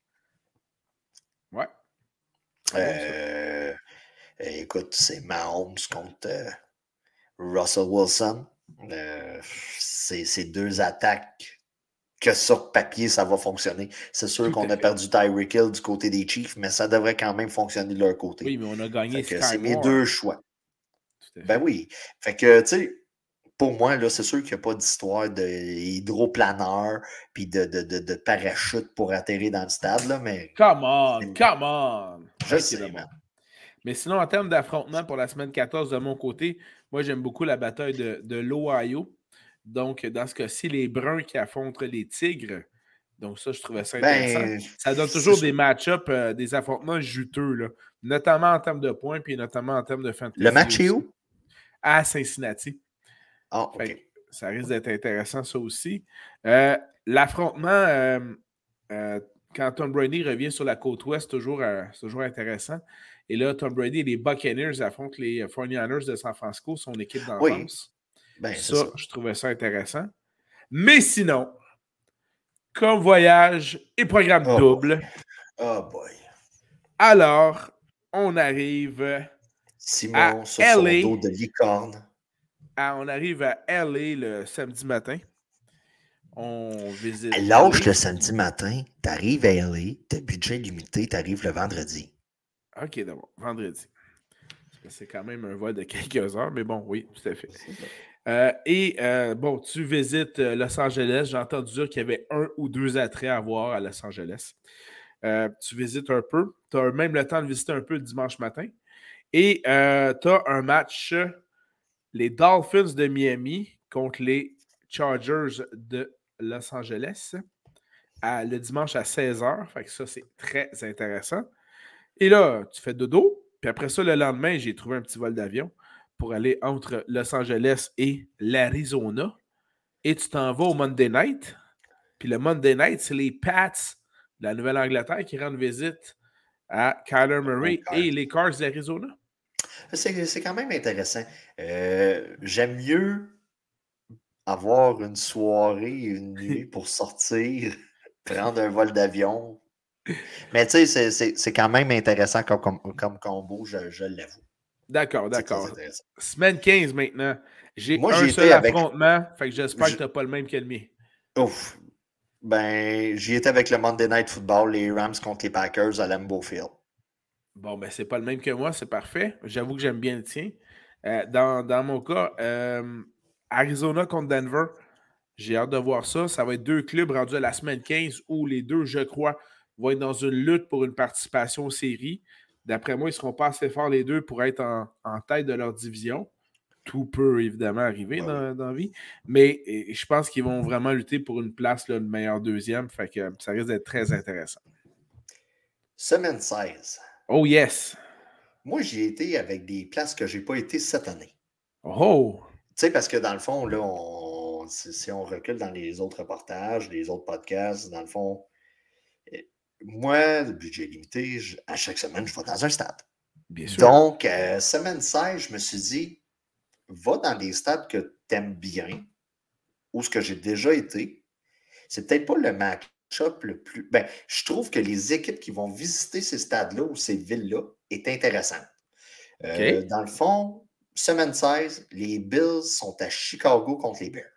Ouais. Très bon, ça. Écoute, c'est Mahomes contre Russell Wilson. C'est 2 attaques que sur papier, ça va fonctionner. C'est sûr Tout qu'on à a fait. perdu Tyreek Hill du côté des Chiefs, mais ça devrait quand même fonctionner de leur côté. Oui, mais on a gagné Fait que Sky c'est mes Moore. 2 choix. Tout à Ben fait. oui. Fait que, tu sais, pour moi, là, c'est sûr qu'il n'y a pas d'histoire d'hydroplaneur puis de parachute pour atterrir dans le stade, là, mais Come on! Come on! je Ok, sais, d'abord. man. Mais sinon, en termes d'affrontement pour la semaine 14, de mon côté, moi, j'aime beaucoup la bataille de l'Ohio. Donc, dans ce cas-ci, les Bruns qui affrontent les Tigres. Donc, ça, je trouvais ça intéressant. Ben, Ça donne c'est toujours sûr. des match-ups, des affrontements juteux, là, notamment en termes de points, puis notamment en termes de Le fantasy match est aussi. où? À Cincinnati. Ah, Fait OK. que ça risque d'être intéressant, ça aussi. L'affrontement, euh, quand Tom Brady revient sur la côte ouest, c'est toujours intéressant. Et là, Tom Brady et les Buccaneers affrontent les 49ers de San Francisco, son équipe Oui, d'enfance. ben, c'est Ça, ça. je trouvais ça intéressant. Mais sinon, comme voyage et programme Oh boy. double, Oh boy. alors on arrive à Simon sur son dos LA. de licorne. On arrive à LA le samedi matin. On visite Lâche LA. le samedi matin, t'arrives à LA, t'as budget limité, t'arrives le vendredi. OK, d'abord, vendredi. C'est quand même un vol de quelques heures, mais bon, oui, tout à fait. Bon, tu visites Los Angeles. J'ai entendu dire qu'il y avait 1 ou 2 attraits à voir à Los Angeles. Tu visites un peu. Tu as même le temps de visiter un peu le dimanche matin. Et tu as un match, les Dolphins de Miami contre les Chargers de Los Angeles le dimanche à 16h. Fait que ça, c'est très intéressant. Et là, tu fais dodo. Puis après ça, le lendemain, j'ai trouvé un petit vol d'avion pour aller entre Los Angeles et l'Arizona. Et tu t'en vas au Monday Night. Puis le Monday Night, c'est les Pats de la Nouvelle-Angleterre qui rendent visite à Kyler Au Murray cœur. et les Cards d'Arizona. C'est quand même intéressant. J'aime mieux avoir une soirée et une nuit pour sortir, prendre un vol d'avion. Mais tu sais, c'est quand même intéressant comme combo, je l'avoue. D'accord, C'est très d'accord. intéressant. Semaine 15 maintenant. J'ai Moi, un j'y seul étais avec. affrontement. Fait que j'espère que je- tu n'as pas le même que le mien. Ouf. Ben, j'y étais avec le Monday Night Football, les Rams contre les Packers à Lambeau Field. Bon, ben, c'est pas le même que moi, c'est parfait. J'avoue que j'aime bien le tien. Dans mon cas, Arizona contre Denver, j'ai hâte de voir ça. Ça va être 2 clubs rendus à la semaine 15 où les deux, je crois, vont être dans une lutte pour une participation aux séries. D'après moi, ils ne seront pas assez forts les deux pour être en tête de leur division. Tout peut évidemment arriver Ben oui. dans la vie, mais je pense qu'ils vont vraiment lutter pour une place, là, une meilleure deuxième. Fait que ça risque d'être très intéressant. Semaine 16. Oh yes! Moi, j'y ai été avec des places que j'ai pas été cette année. Oh! Tu sais, parce que dans le fond, là, si on recule dans les autres reportages, les autres podcasts, dans le fond, euh, moi, le budget limité, à chaque semaine, je vais dans un stade. Bien sûr. Donc, semaine 16, je me suis dit, va dans des stades que tu aimes bien, où ce que j'ai déjà été. C'est peut-être pas le match-up le plus. Ben, je trouve que les équipes qui vont visiter ces stades-là ou ces villes-là est intéressante. OK. Dans le fond, semaine 16, les Bills sont à Chicago contre les Bears.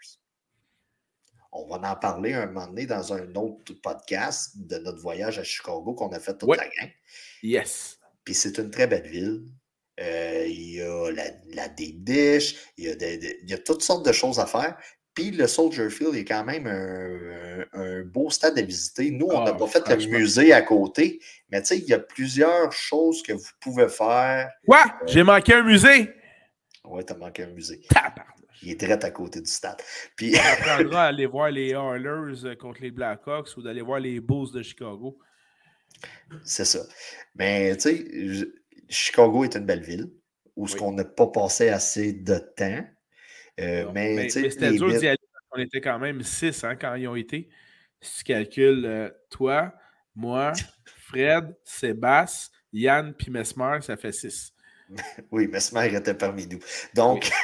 On va en parler un moment donné dans un autre podcast de notre voyage à Chicago qu'on a fait toute Ouais. la gang. Yes. Puis c'est une très belle ville. Il y a la deep dish, il y a toutes sortes de choses à faire. Puis le Soldier Field est quand même un beau stade à visiter. Nous, on n'a Ah, pas fait le franchement. musée à côté, mais tu sais, il y a plusieurs choses que vous pouvez faire. Quoi? J'ai manqué un musée? Ouais, t'as manqué un musée. Tabarnak. Il est direct à côté du stade. Puis, Ça apprendra à aller voir les Oilers contre les Blackhawks ou d'aller voir les Bulls de Chicago. c'est ça. Mais tu sais, Chicago est une belle ville où ce Oui. qu'on n'a pas passé assez de temps. Non. Mais tu sais, C'était dur d'y aller parce qu'on était quand même 6 quand ils ont été. Si tu calcules toi, moi, Fred, Sébastien, Yann puis Mesmer, ça fait 6. Oui, Mesmer était parmi nous. Oui. Donc,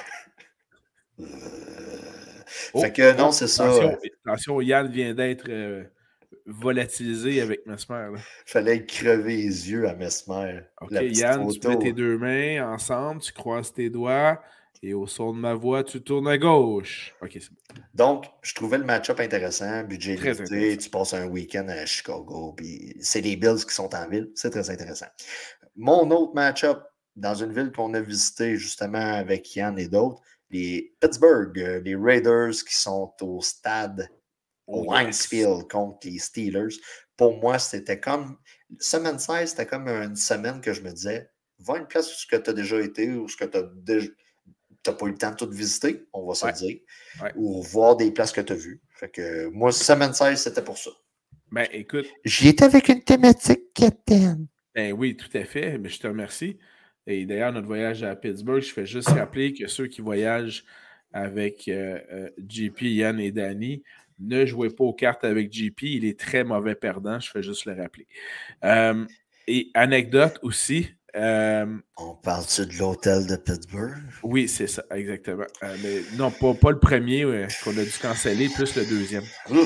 fait que non, c'est ça. Attention, Yann vient d'être volatilisé avec Mesmer. Là. Fallait crever les yeux à Mesmer. OK, La petite Yann, tu mets photo. tes deux mains ensemble, tu croises tes doigts et au son de ma voix, tu tournes à gauche. OK, c'est bon. Donc, je trouvais le match-up intéressant, budget Très limité, intéressant. tu passes un week-end à Chicago, puis c'est les Bills qui sont en ville, c'est très intéressant. Mon autre match-up dans une ville qu'on a visité justement avec Yann et d'autres, les Pittsburgh, les Raiders qui sont au stade au Heinz Field contre les Steelers. Pour moi, c'était comme semaine 16, c'était comme une semaine que je me disais, va à une place où tu as déjà été, ou ce que tu n'as pas eu le temps de tout visiter, on va se le dire, ou voir des places que tu as vues. Fait que moi, semaine 16, c'était pour ça. Ben, écoute. J'y étais avec une thématique, Captain. Ben oui, tout à fait, mais je te remercie. Et d'ailleurs, notre voyage à Pittsburgh, je fais juste rappeler que ceux qui voyagent avec JP, Yann et Danny, ne jouez pas aux cartes avec JP, il est très mauvais perdant, je fais juste le rappeler. Et anecdote aussi. On parle-tu de l'hôtel de Pittsburgh? Oui, c'est ça, exactement. Mais non, pas le premier qu'on a dû canceller, plus le deuxième.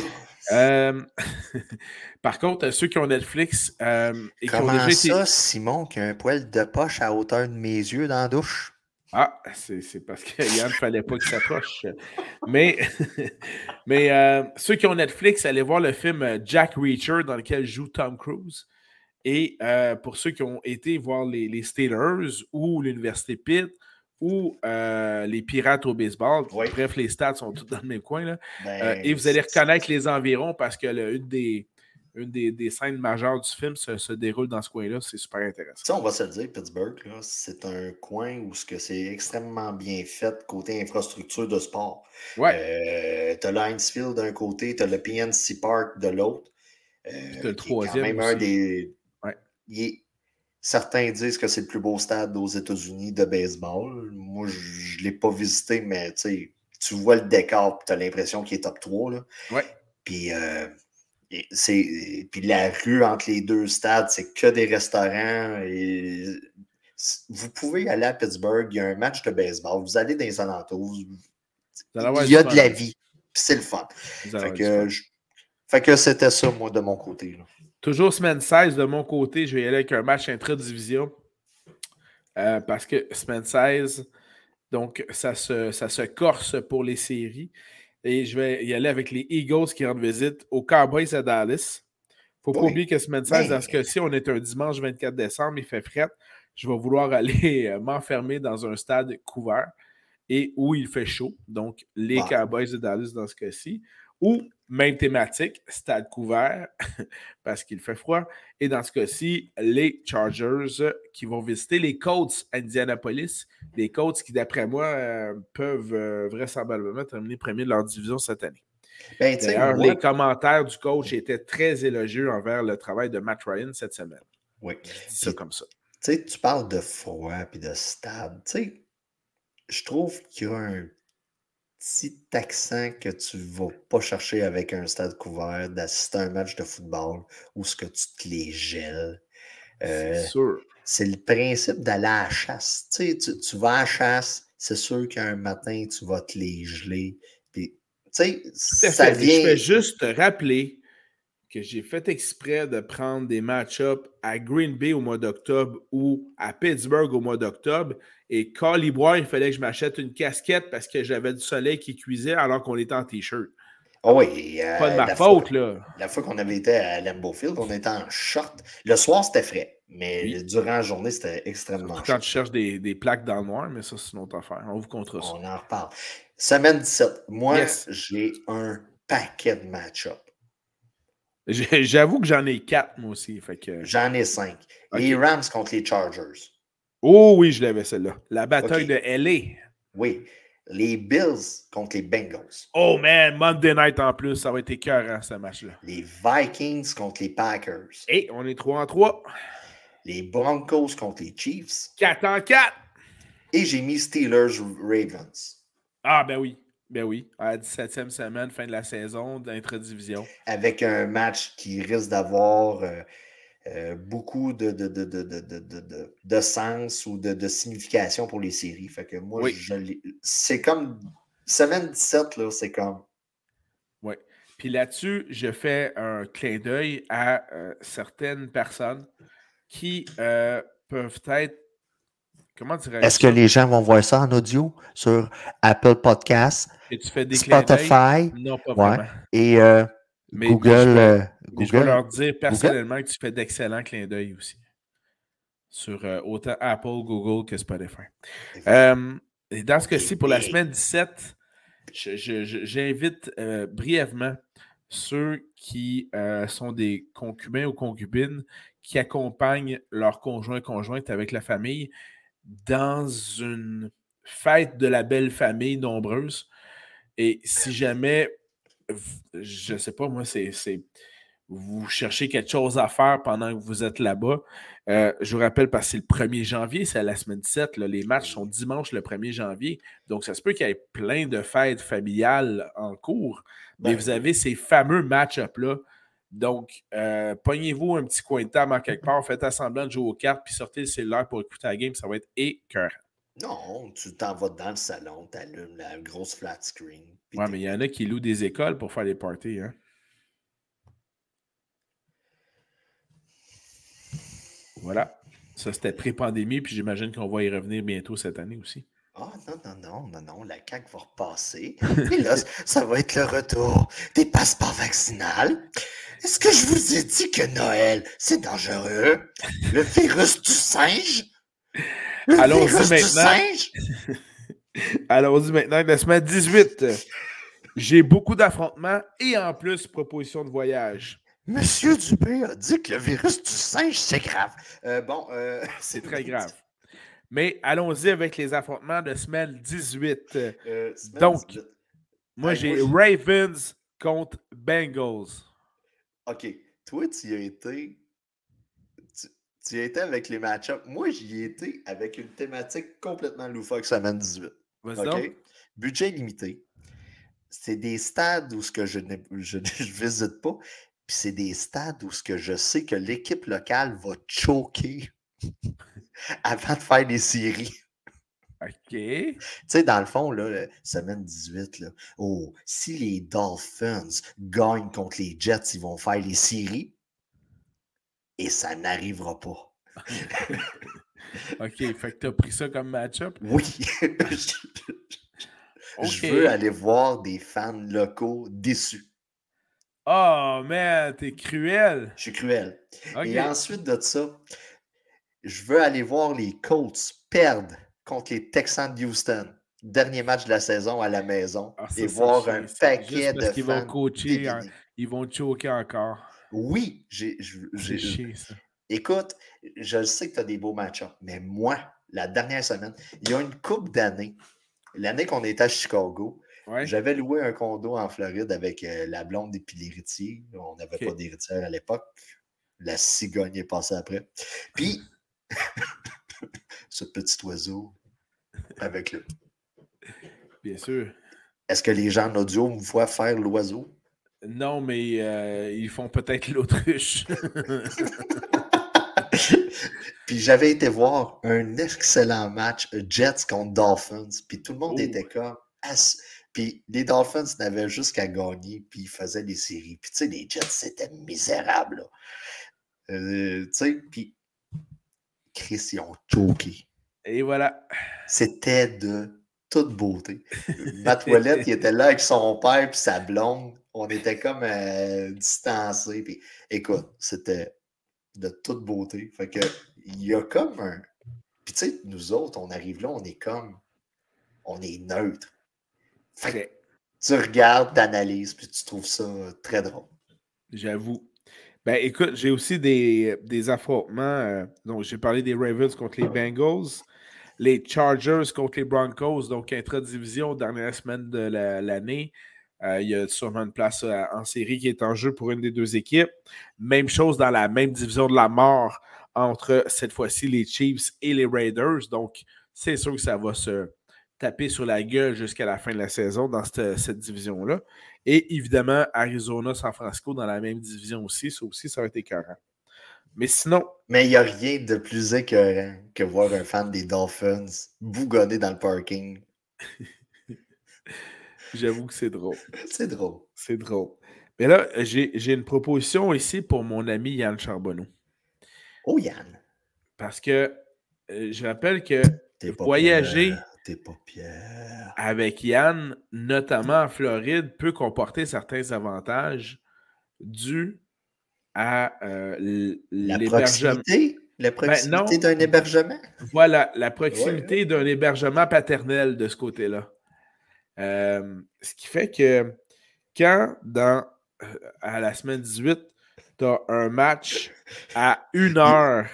Par contre, ceux qui ont Netflix et qui ont déjà été... Simon, qui a un poil de poche à hauteur de mes yeux dans la douche? Ah, c'est parce que Yann ne fallait pas qu'il s'approche. Mais ceux qui ont Netflix, allez voir le film Jack Reacher dans lequel joue Tom Cruise. Et pour ceux qui ont été voir les Steelers ou l'Université Pitt ou les Pirates au baseball, bref, les stats sont tous dans le même coin. Là. Et vous allez reconnaître les environs parce que une des scènes majeures du film se déroule dans ce coin-là. C'est super intéressant. Ça, on va se le dire, Pittsburgh, là, c'est un coin où c'est extrêmement bien fait côté infrastructure de sport. Ouais. Tu as le Heinz Field d'un côté, tu as le PNC Park de l'autre. Puis tu as le troisième. Quand même aussi. Un des. Ouais. Certains disent que c'est le plus beau stade aux États-Unis de baseball. Moi, je ne l'ai pas visité, mais tu vois le décor et tu as l'impression qu'il est top 3. Là. Ouais. Puis puis la rue entre les deux stades, c'est que des restaurants. Et vous pouvez aller à Pittsburgh, il y a un match de baseball, vous allez dans les alentours, il y a de la vie, puis c'est le fun. Fait que c'était ça, moi, de mon côté. Là. Toujours semaine 16, de mon côté, je vais y aller avec un match intra-division. Parce que semaine 16, donc ça se corse pour les séries. Et je vais y aller avec les Eagles qui rendent visite aux Cowboys à Dallas. Il ne faut pas oublier que semaine 16, dans ce cas-ci, on est un dimanche 24 décembre, il fait fret. Je vais vouloir aller m'enfermer dans un stade couvert et où il fait chaud. Donc, les Cowboys de Dallas dans ce cas-ci. Ou, même thématique, stade couvert, parce qu'il fait froid. Et dans ce cas-ci, les Chargers qui vont visiter les Colts à Indianapolis. Les Colts qui, d'après moi, peuvent vraisemblablement terminer premier de leur division cette année. D'ailleurs, les commentaires du coach étaient très élogieux envers le travail de Matt Ryan cette semaine. Oui. Je dis ça comme ça. Tu parles de froid et de stade. Je trouve qu'il y a un petit accent que tu ne vas pas chercher avec un stade couvert, d'assister à un match de football où ce que tu te les gèles. C'est sûr. C'est le principe d'aller à la chasse. Tu vas à la chasse, c'est sûr qu'un matin, tu vas te les geler. Puis, ça vient... Je vais juste te rappeler que j'ai fait exprès de prendre des match-ups à Green Bay au mois d'octobre ou à Pittsburgh au mois d'octobre. Et Caliboire, il fallait que je m'achète une casquette parce que j'avais du soleil qui cuisait alors qu'on était en T-shirt. Oh oui. Pas de ma faute, là. La fois qu'on avait été à Lambeau Field, on était en short. Le soir, c'était frais, mais durant la journée, c'était extrêmement chaud. Quand tu cherches des plaques dans le noir, mais ça, c'est une autre affaire. On vous comptera ça. On en reparle. Semaine 17. Moi, j'ai un paquet de match-up. J'avoue que j'en ai 4, moi aussi. Fait que... J'en ai 5. OK. Les Rams contre les Chargers. Oh oui, je l'avais celle-là. La bataille OK. de LA. Oui. Les Bills contre les Bengals. Oh man, Monday Night en plus, ça va être écœurant ce match-là. Les Vikings contre les Packers. Et on est 3-3. Les Broncos contre les Chiefs. 4-4. Et j'ai mis Steelers-Ravens. Ah ben oui. Ben oui. À la 17e semaine, fin de la saison, d'intra-division. Avec un match qui risque d'avoir beaucoup de sens ou de signification pour les séries. Fait que moi, c'est comme semaine 17, là, c'est comme. Oui. Puis là-dessus, je fais un clin d'œil à certaines personnes qui peuvent être. Comment dirais-je? Est-ce que les gens vont voir ça en audio sur Apple Podcasts, Et tu fais des clins d'œil? Spotify? Non, pas Ouais. vraiment. Et Mais Google. je vais leur dire personnellement que tu fais d'excellents clins d'œil aussi. Sur autant Apple, Google que Spotify. Et dans ce cas-ci, pour la semaine 17, j'invite brièvement ceux qui sont des concubins ou concubines qui accompagnent leur conjointe avec la famille dans une fête de la belle famille nombreuse. Et si jamais, je ne sais pas, moi, vous cherchez quelque chose à faire pendant que vous êtes là-bas, je vous rappelle, parce que c'est le 1er janvier, c'est à la semaine 17, là, les matchs sont dimanche le 1er janvier, donc ça se peut qu'il y ait plein de fêtes familiales en cours, mais vous avez ces fameux match-up-là. Donc, pognez-vous un petit coin de table en quelque part, faites semblant de jouer aux cartes, puis sortez le cellulaire pour écouter la game, ça va être écœurant. Non, tu t'en vas dans le salon, tu allumes la grosse flat screen. Ouais, mais il y en a qui louent des écoles pour faire des parties, hein? Voilà. Ça, c'était pré-pandémie, puis j'imagine qu'on va y revenir bientôt cette année aussi. Ah, non, la CAQ va repasser. Et là, ça va être le retour des passeports vaccinaux. Est-ce que je vous ai dit que Noël, c'est dangereux? Le virus du singe? Allons-y maintenant. Allons-y maintenant, la semaine 18. J'ai beaucoup d'affrontements et en plus, proposition de voyage. Monsieur Dubé a dit que le virus du singe, c'est grave. C'est très grave. Mais allons-y avec les affrontements de semaine 18. Donc, 18. Moi, j'ai Ravens contre Bengals. OK. Toi, tu y as été. Tu y as été avec les match-ups. Moi, j'y ai été avec une thématique complètement loufoque semaine 18. OK? Budget limité. C'est des stades où ce que je visite pas. Puis c'est des stades où ce que je sais que l'équipe locale va choquer avant de faire des séries. OK. Tu sais, dans le fond, là, semaine 18, là, si les Dolphins gagnent contre les Jets, ils vont faire les séries. Et ça n'arrivera pas. OK, fait que tu as pris ça comme match-up? Oui. Je veux aller voir des fans locaux déçus. Oh, man, t'es cruel. Je suis cruel. Okay. Et ensuite de ça, je veux aller voir les Colts perdre contre les Texans de Houston. Dernier match de la saison à la maison. Et voir un paquet de qu'ils fans vont coacher, ils vont choquer encore. Oui, c'est chier, ça. Écoute, je sais que tu as des beaux match-ups, mais moi, la dernière semaine, il y a une couple d'années, l'année qu'on était à Chicago, j'avais loué un condo en Floride avec la blonde et puis l'héritier. On n'avait pas d'héritière à l'époque. La cigogne est passée après. Puis, ce petit oiseau avec le... Bien sûr. Est-ce que les gens en audio me voient faire l'oiseau? Non, mais ils font peut-être l'autruche. Puis j'avais été voir un excellent match Jets contre Dolphins. Puis tout le monde était comme... Puis les Dolphins n'avaient juste qu'à gagner, puis ils faisaient les séries. Puis tu sais, les Jets, c'était misérable. Tu sais, puis Chris, ils ont choqué. Et voilà. C'était de toute beauté. Matt Ouellet, il était là avec son père puis sa blonde. On était comme distancés. Puis écoute, c'était de toute beauté. Fait que il y a comme un... Puis tu sais, nous autres, on arrive là, on est comme... On est neutre. Fait que tu regardes, t'analyses, puis tu trouves ça très drôle. J'avoue. Ben, écoute, j'ai aussi des affrontements. Donc, j'ai parlé des Ravens contre les Bengals, les Chargers contre les Broncos, donc intra-division, dernière semaine de l'année. Il y a sûrement une place en série qui est en jeu pour une des deux équipes. Même chose dans la même division de la mort entre, cette fois-ci, les Chiefs et les Raiders. Donc, c'est sûr que ça va se taper sur la gueule jusqu'à la fin de la saison dans cette division-là. Et évidemment, Arizona-San Francisco dans la même division aussi. Ça aussi, ça va être écœurant. Mais sinon, Mais il n'y a rien de plus écœurant que voir un fan des Dolphins bougonner dans le parking. j'avoue que c'est drôle. C'est drôle. C'est drôle. Mais là, j'ai une proposition ici pour mon ami Yann Charbonneau. Oh, Yann, Parce que je rappelle que t'es pas voyager Pierre. T'es pas Pierre. avec Yann, notamment en Floride, peut comporter certains avantages dus à La l'hébergement. proximité? La Ben proximité non, d'un hébergement? voilà, la Ouais. proximité d'un hébergement paternel de ce côté-là. Ce qui fait que quand à la semaine 18, tu as un match à 1 heure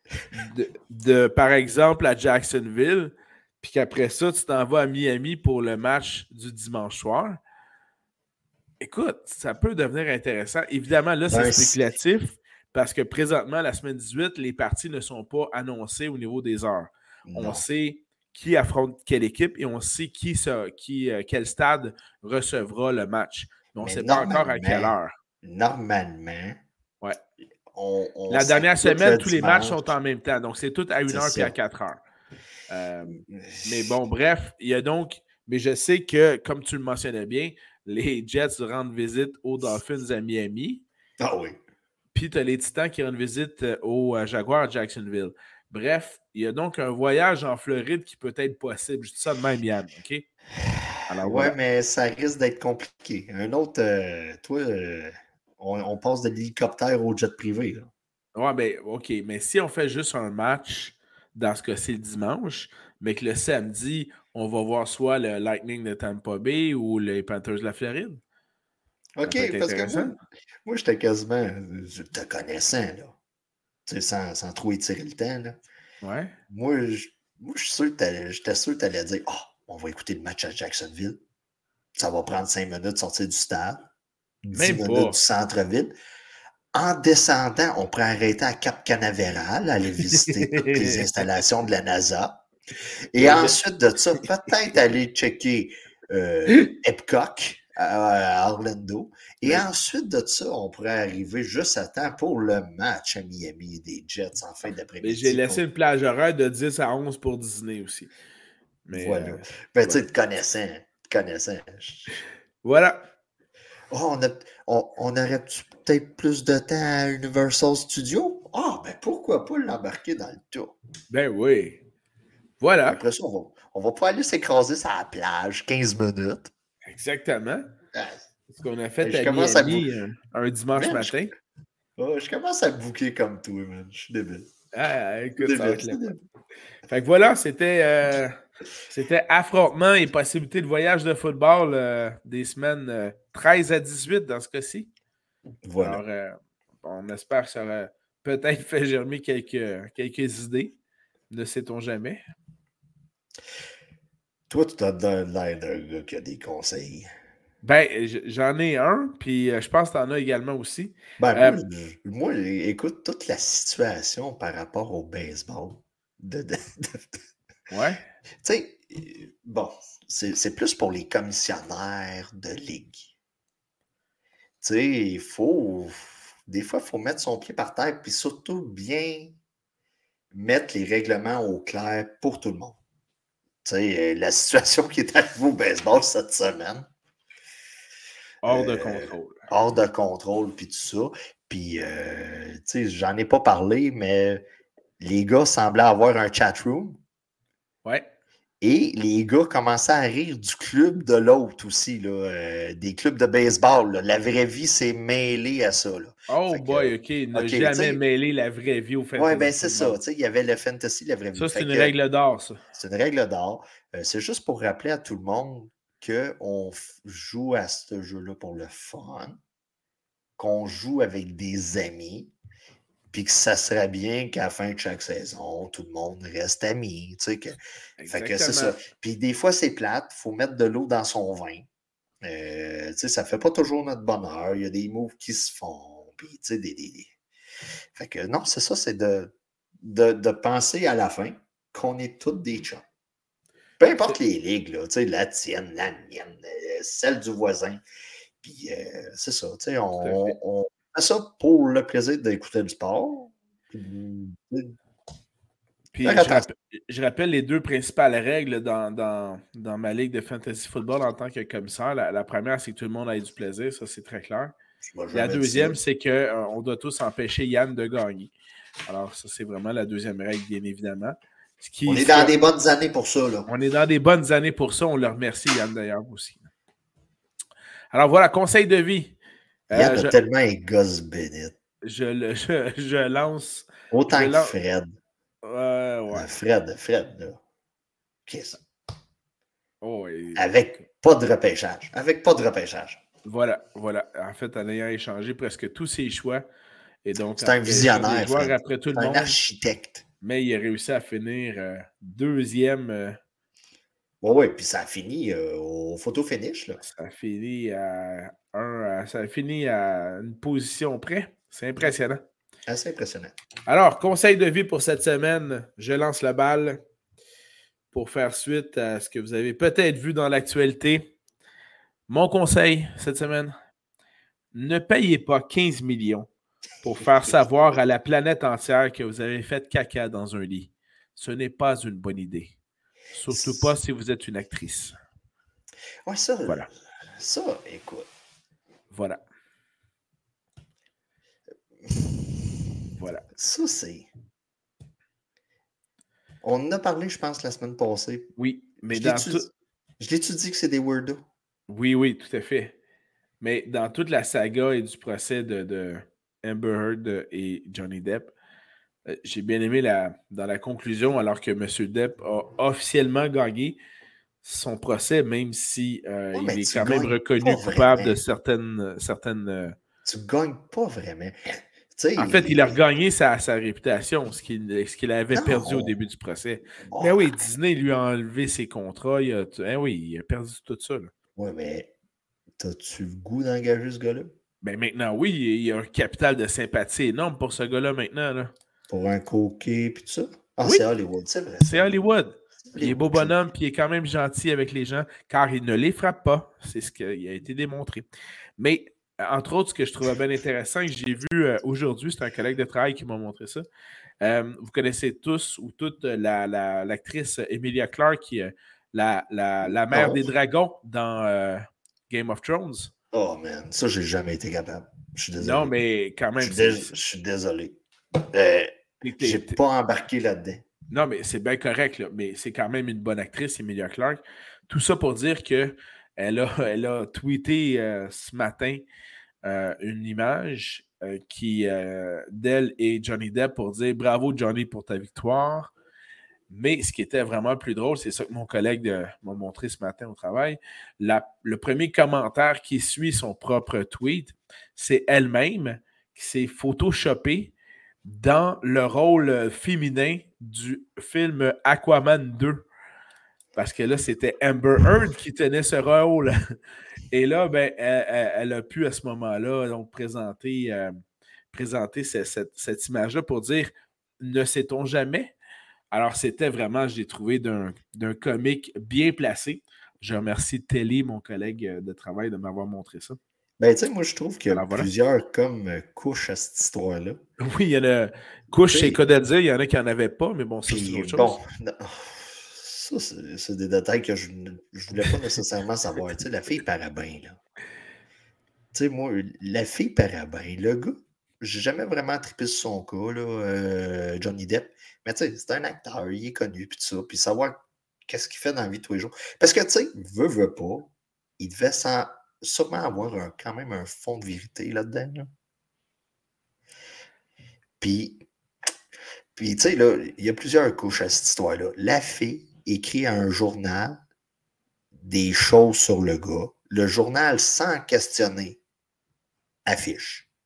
par exemple, à Jacksonville, puis qu'après ça, tu t'en vas à Miami pour le match du dimanche soir, écoute, ça peut devenir intéressant. Évidemment, là, c'est Ben, spéculatif parce que présentement, la semaine 18, les parties ne sont pas annoncées au niveau des heures. On non. sait qui affronte quelle équipe et on sait quel stade recevra le match. Mais on ne Mais sait pas encore à quelle heure. normalement, Ouais. on La dernière s'écoute semaine, le tous les matchs dimanche. sont en même temps. Donc, c'est tout à 1 heure puis C'est à ça. 4 heures. Mais bon, bref, il y a donc. Mais je sais que, comme tu le mentionnais bien, les Jets rendent visite aux Dolphins à Miami. Ah oui. Puis tu as les Titans qui rendent visite aux Jaguars à Jacksonville. Bref, il y a donc un voyage en Floride qui peut être possible. Je dis ça de même, Yann. OK? Alors Ouais, voilà. mais ça risque d'être compliqué. Un autre, toi, on passe de l'hélicoptère au jet privé. Là. Ouais, ben, OK. Mais si on fait juste un match, dans ce cas-ci le dimanche, mais que le samedi, on va voir soit le Lightning de Tampa Bay ou les Panthers de la Floride, ça peut être OK, parce que intéressant. moi j'étais quasiment, te connaissant, là. Tu sais, sans trop étirer le temps, là. Ouais. Moi, moi j'étais sûr que tu allais dire ah, on va écouter le match à Jacksonville. Ça va prendre 5 minutes de sortir du stade, 10 Même minutes du pas. centre-ville. En descendant, on pourrait arrêter à Cap Canaveral, aller visiter toutes les installations de la NASA. Et ensuite de ça, peut-être aller checker Epcot à Orlando. Et Oui. ensuite de ça, on pourrait arriver juste à temps pour le match à Miami des Jets en fin Mais j'ai d'après-midi. laissé une plage horaire de 10 à 11 pour Disney aussi. Mais Voilà. Ben, tu voilà. sais, te connaissant. Voilà. Oh, on aurait peut-être plus de temps à Universal Studios? Ah, ben pourquoi pas l'embarquer dans le tour? Ben oui. Voilà. Après ça, on va pas aller s'écraser sur la plage 15 minutes. Exactement. Ah, Ce qu'on a fait je à commence à Miami un dimanche man, matin. je commence à bouquer comme toi, man. Je suis débile. Ah, Je suis écoute, ça va débile, être le c'est fun. débile. Fait que voilà, c'était affrontement et possibilité de voyage de football des semaines 13 à 18 dans ce cas-ci. Voilà. Alors, on espère que ça va peut-être fait germer quelques idées. Ne sait-on jamais. Toi, tu as l'air d'un gars qui a des conseils. Ben, j'en ai un, puis je pense que tu en as également aussi. Ben, Euh, moi, écoute, toute la situation par rapport au baseball. ouais. Tu sais, bon, c'est plus pour les commissionnaires de ligue. Tu sais, des fois, il faut mettre son pied par terre, puis surtout bien mettre les règlements au clair pour tout le monde. Tu sais, la situation qui est arrivée au baseball cette semaine, Hors de contrôle. hors de contrôle, puis tout ça. Puis, tu sais, j'en ai pas parlé, mais les gars semblaient avoir un chat room. Ouais. Et les gars commençaient à rire du club de l'autre aussi, là, des clubs de baseball. Là. La vraie vie s'est mêlée à ça. Là. Oh Fait que, boy, OK. Ne OK, tu jamais sais, mêler la vraie vie au ouais, fantasy ben c'est ça. football. Tu sais, il y avait le fantasy, la vraie vie. Ça, c'est Fait une que règle d'or, ça. c'est une règle d'or. C'est juste pour rappeler à tout le monde qu'on joue à ce jeu-là pour le fun, qu'on joue avec des amis, puis que ça serait bien qu'à la fin de chaque saison, tout le monde reste ami. Tu sais, fait que c'est ça. Puis des fois, c'est plate, il faut mettre de l'eau dans son vin. Tu sais, ça fait pas toujours notre bonheur. Il y a des moves qui se font. Puis, tu sais, Fait que non, c'est ça, c'est de penser à la fin qu'on est tous des chums. Peu importe les ligues, là, tu sais, la tienne, la mienne, celle du voisin. Puis c'est ça, tu sais, on fait ça pour le plaisir d'écouter du sport. Puis je rappelle les deux principales règles dans ma ligue de fantasy football en tant que commissaire. La première, c'est que tout le monde ait du plaisir, ça c'est très clair. La deuxième, c'est qu'on doit tous empêcher Yann de gagner. Alors, ça, c'est vraiment la deuxième règle, bien évidemment. On est dans des bonnes années pour ça, là. On est dans des bonnes années pour ça. On le remercie, Yann, d'ailleurs, aussi. Alors, voilà, conseil de vie. Yann a tellement un gosse bénite. Je lance... Autant que Fred. Ouais. Fred, là. Qu'est-ce? Oh, Avec pas de repêchage. Voilà. En fait, en ayant échangé presque tous ses choix. Et donc, c'est un visionnaire. Après tout le monde, un architecte. Mais il a réussi à finir deuxième. Oui, puis ça a fini au photo finish. Là. Ça a fini à une position près. C'est impressionnant. Assez impressionnant. Alors, conseil de vie pour cette semaine. Je lance la balle pour faire suite à ce que vous avez peut-être vu dans l'actualité. Mon conseil cette semaine, ne payez pas 15 millions pour faire savoir à la planète entière que vous avez fait caca dans un lit. Ce n'est pas une bonne idée. Surtout pas si vous êtes une actrice. Ouais, ça, voilà. Ça, écoute. Voilà. Voilà. Ça, c'est... On en a parlé, je pense, la semaine passée. Oui, mais Je l'ai-tu dit que c'est des weirdos? Oui, tout à fait. Mais dans toute la saga et du procès de Amber Heard et Johnny Depp, j'ai bien aimé dans la conclusion, alors que M. Depp a officiellement gagné son procès, même si il est quand même reconnu coupable de certaines tu gagnes pas vraiment. En fait, il a regagné sa réputation, ce qu'il avait perdu au début du procès. Mais oui, Disney lui a enlevé ses contrats. Il a perdu tout ça. Oui, mais t'as-tu le goût d'engager ce gars-là? Ben maintenant, oui, il y a un capital de sympathie énorme pour ce gars-là maintenant. Là. Pour un coquet puis tout ça? Ah, oui, c'est Hollywood, c'est vrai. C'est Hollywood. Il est beau bonhomme, puis il est quand même gentil avec les gens, car il ne les frappe pas. C'est ce qui a été démontré. Mais, entre autres, ce que je trouvais bien intéressant, que j'ai vu aujourd'hui, c'est un collègue de travail qui m'a montré ça. Vous connaissez tous ou toutes l'actrice Emilia Clarke, qui est la mère des dragons dans Game of Thrones. Oh, man. Ça, j'ai jamais été capable. Je suis désolé. Non, mais quand même... Je suis désolé. J'ai pas embarqué là-dedans. Non, mais c'est bien correct, là. Mais c'est quand même une bonne actrice, Emilia Clarke. Tout ça pour dire qu'elle a tweeté ce matin une image d'elle et Johnny Depp pour dire « Bravo, Johnny, pour ta victoire ». Mais ce qui était vraiment le plus drôle, c'est ça que mon collègue m'a montré ce matin au travail. Le premier commentaire qui suit son propre tweet, c'est elle-même qui s'est photoshopée dans le rôle féminin du film Aquaman 2. Parce que là, c'était Amber Heard qui tenait ce rôle. Et là, ben, elle a pu à ce moment-là donc présenter cette image-là pour dire « Ne sait-on jamais ». Alors, c'était vraiment, je l'ai trouvé d'un comique bien placé. Je remercie Telly, mon collègue de travail, de m'avoir montré ça. Ben, tu sais, moi, je trouve qu'il y a plusieurs couches à cette histoire-là. Oui, il y en a couches, c'est cas de dire, il y en a qui n'en avaient pas, mais bon, ça, c'est autre chose. Bon, ça, c'est des détails que je ne voulais pas nécessairement savoir. Tu sais, la fille paraît bien, là. Tu sais, moi, la fille paraît bien. Le gars, j'ai jamais vraiment trippé sur son cas, là, Johnny Depp. Mais tu sais, c'est un acteur, il est connu, puis tout ça. Puis savoir qu'est-ce qu'il fait dans la vie de tous les jours. Parce que, tu sais, veut pas, il devait sûrement avoir quand même un fond de vérité là-dedans. Là. Puis tu sais, là, il y a plusieurs couches à cette histoire-là. La fille écrit à un journal des choses sur le gars. Le journal, sans questionner, affiche.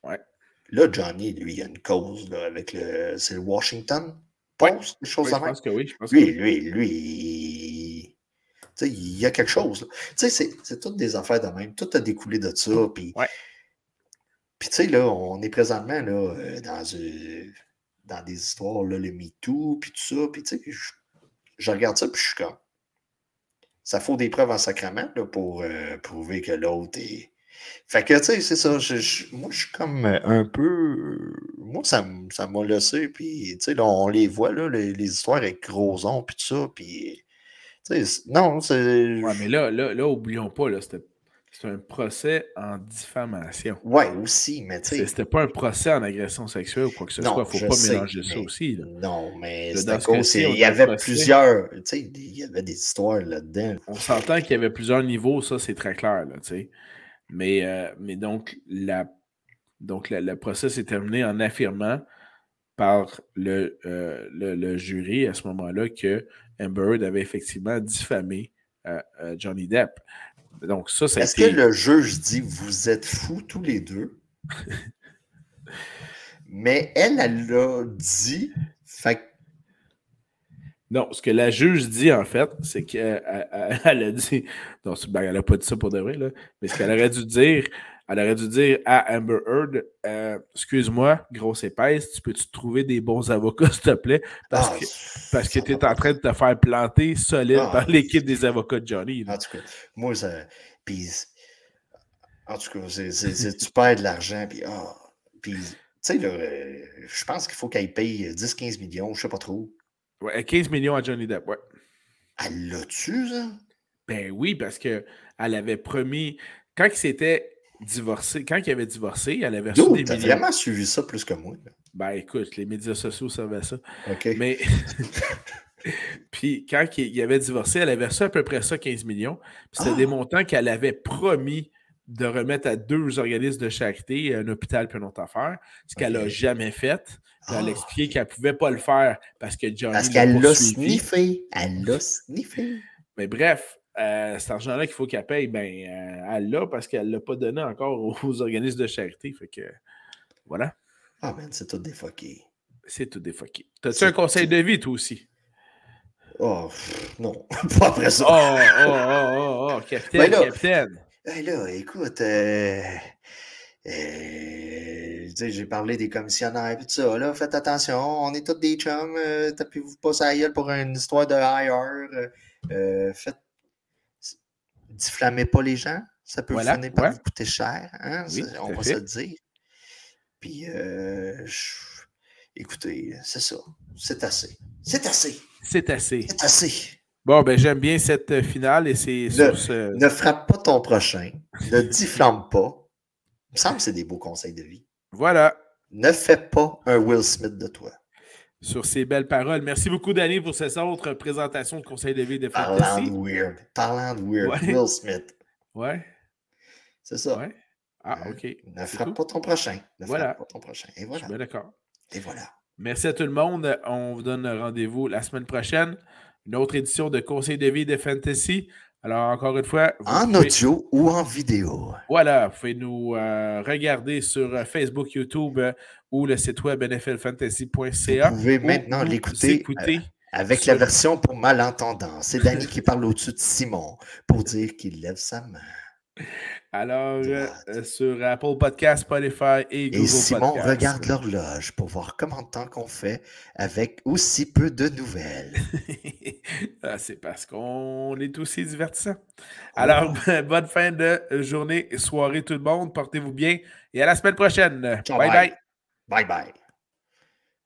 Ouais. Là, Johnny, lui, il a une cause là, avec le. C'est le Washington Ouais. Post, des choses Oui, de je même. pense que oui. Je pense que oui. Lui, tu sais, il y a quelque chose. Là. Tu sais, c'est toutes des affaires de même. Tout a découlé de ça. Puis, Ouais. tu sais, là, on est présentement là, dans des histoires, là, le MeToo, puis tout ça. Puis, tu sais, je regarde ça, puis je suis comme. Ça faut des preuves en sacrament là, pour prouver que l'autre est. Fait que, tu sais, c'est ça. Moi, je suis comme un peu. Moi, ça m'a laissé. Puis, tu sais, là, on les voit, là, les histoires avec Roson, puis tout ça. Puis, tu sais, non, c'est. Ouais, mais là, oublions pas, là, c'était un procès en diffamation. Ouais, aussi, mais tu sais. C'était pas un procès en agression sexuelle ou quoi que ce soit. Non, Il faut je pas sais, mélanger ça mais aussi. Là. non, mais Là, c'est à dans ce cause. cas-ci, on Il y a un avait procès. plusieurs. Tu sais, il y avait des histoires là-dedans. On s'entend qu'il y avait plusieurs niveaux, ça, c'est très clair, là, tu sais. Mais donc, le procès s'est terminé en affirmant par le jury à ce moment-là que Amber Heard avait effectivement diffamé Johnny Depp. Donc, ça a Est-ce que été. le juge dit vous êtes fous tous les deux? Mais elle l'a dit. Fait que. Non, ce que la juge dit, en fait, c'est qu'elle a dit. Non, elle n'a pas dit ça pour de vrai, là. Mais ce qu'elle aurait dû dire, elle aurait dû dire à Amber Heard excuse-moi, grosse épaisse, tu peux-tu trouver des bons avocats, s'il te plaît? Parce que tu es en train de te faire planter solide par l'équipe des avocats de Johnny. Là. En tout cas, moi, ça. Puis, en tout cas, tu perds de l'argent, puis. Puis, tu sais, là, je pense qu'il faut qu'elle paye 10-15 millions, je sais pas trop. Ouais, 15 millions à Johnny Depp, ouais. Elle l'a-tu, ça? Ben oui, parce qu'elle avait promis. Quand il s'était divorcé, quand il avait divorcé, elle avait reçu des T'as millions. vraiment suivi ça plus que moi. Là. Ben écoute, les médias sociaux savaient ça. OK. Mais. Puis quand il avait divorcé, elle avait reçu à peu près ça, 15 millions. Puis c'était des montants qu'elle avait promis de remettre à 2 organismes de charité, un hôpital puis une autre affaire, ce qu'elle n'a jamais fait. Puis elle a expliqué qu'elle ne pouvait pas le faire parce que Johnny parce qu'elle l'a poursuivi. sniffé. Elle l'a sniffé. Mais bref, cet argent-là qu'il faut qu'elle paye, ben, elle l'a parce qu'elle ne l'a pas donné encore aux organismes de charité. Fait que, voilà. Ah, man, c'est tout défoqué. C'est tout défoqué. T'as-tu un conseil de vie, toi aussi? Oh, non. Pas après ça. Capitaine, ben là, capitaine. Ben là, écoute, j'ai parlé des commissionnaires et tout ça, là, faites attention, on est tous des chums, tapez-vous pas sa gueule pour une histoire de hire, diffamez pas les gens, ça peut finir par vous coûter cher, hein, oui, on va se le dire. Puis, écoutez, c'est ça, c'est assez. C'est assez. C'est assez. C'est assez. Bon, ben j'aime bien cette finale et c'est sur ce... Ne frappe pas ton prochain, ne diffame pas. Il me semble que c'est des beaux conseils de vie. Voilà. Ne fais pas un Will Smith de toi. Sur ces belles paroles. Merci beaucoup, Danny, pour cette autre présentation de conseil de vie de Fantasy. Fantasy. Parlant de weird. Ouais. Will Smith. Ouais. C'est ça. Ouais. Ah, OK. Ne frappe pas ton prochain. Frappe pas ton prochain. Et voilà. Je suis bien d'accord. Et voilà. Merci à tout le monde. On vous donne rendez-vous la semaine prochaine. Une autre édition de conseil de vie de Fantasy. Alors, encore une fois... audio ou en vidéo. Voilà, vous pouvez nous regarder sur Facebook, YouTube ou le site web nflfantasy.ca. Vous pouvez maintenant l'écouter avec la version pour malentendants. C'est Danny qui parle au-dessus de Simon pour dire qu'il lève sa main. Alors, sur Apple Podcasts, Spotify et Google Podcasts. Et Simon regarde l'horloge pour voir comment de temps qu'on fait avec aussi peu de nouvelles. C'est parce qu'on est aussi divertissant. Alors, bonne fin de journée et soirée tout le monde. Portez-vous bien et à la semaine prochaine. Ciao, bye. Bye bye.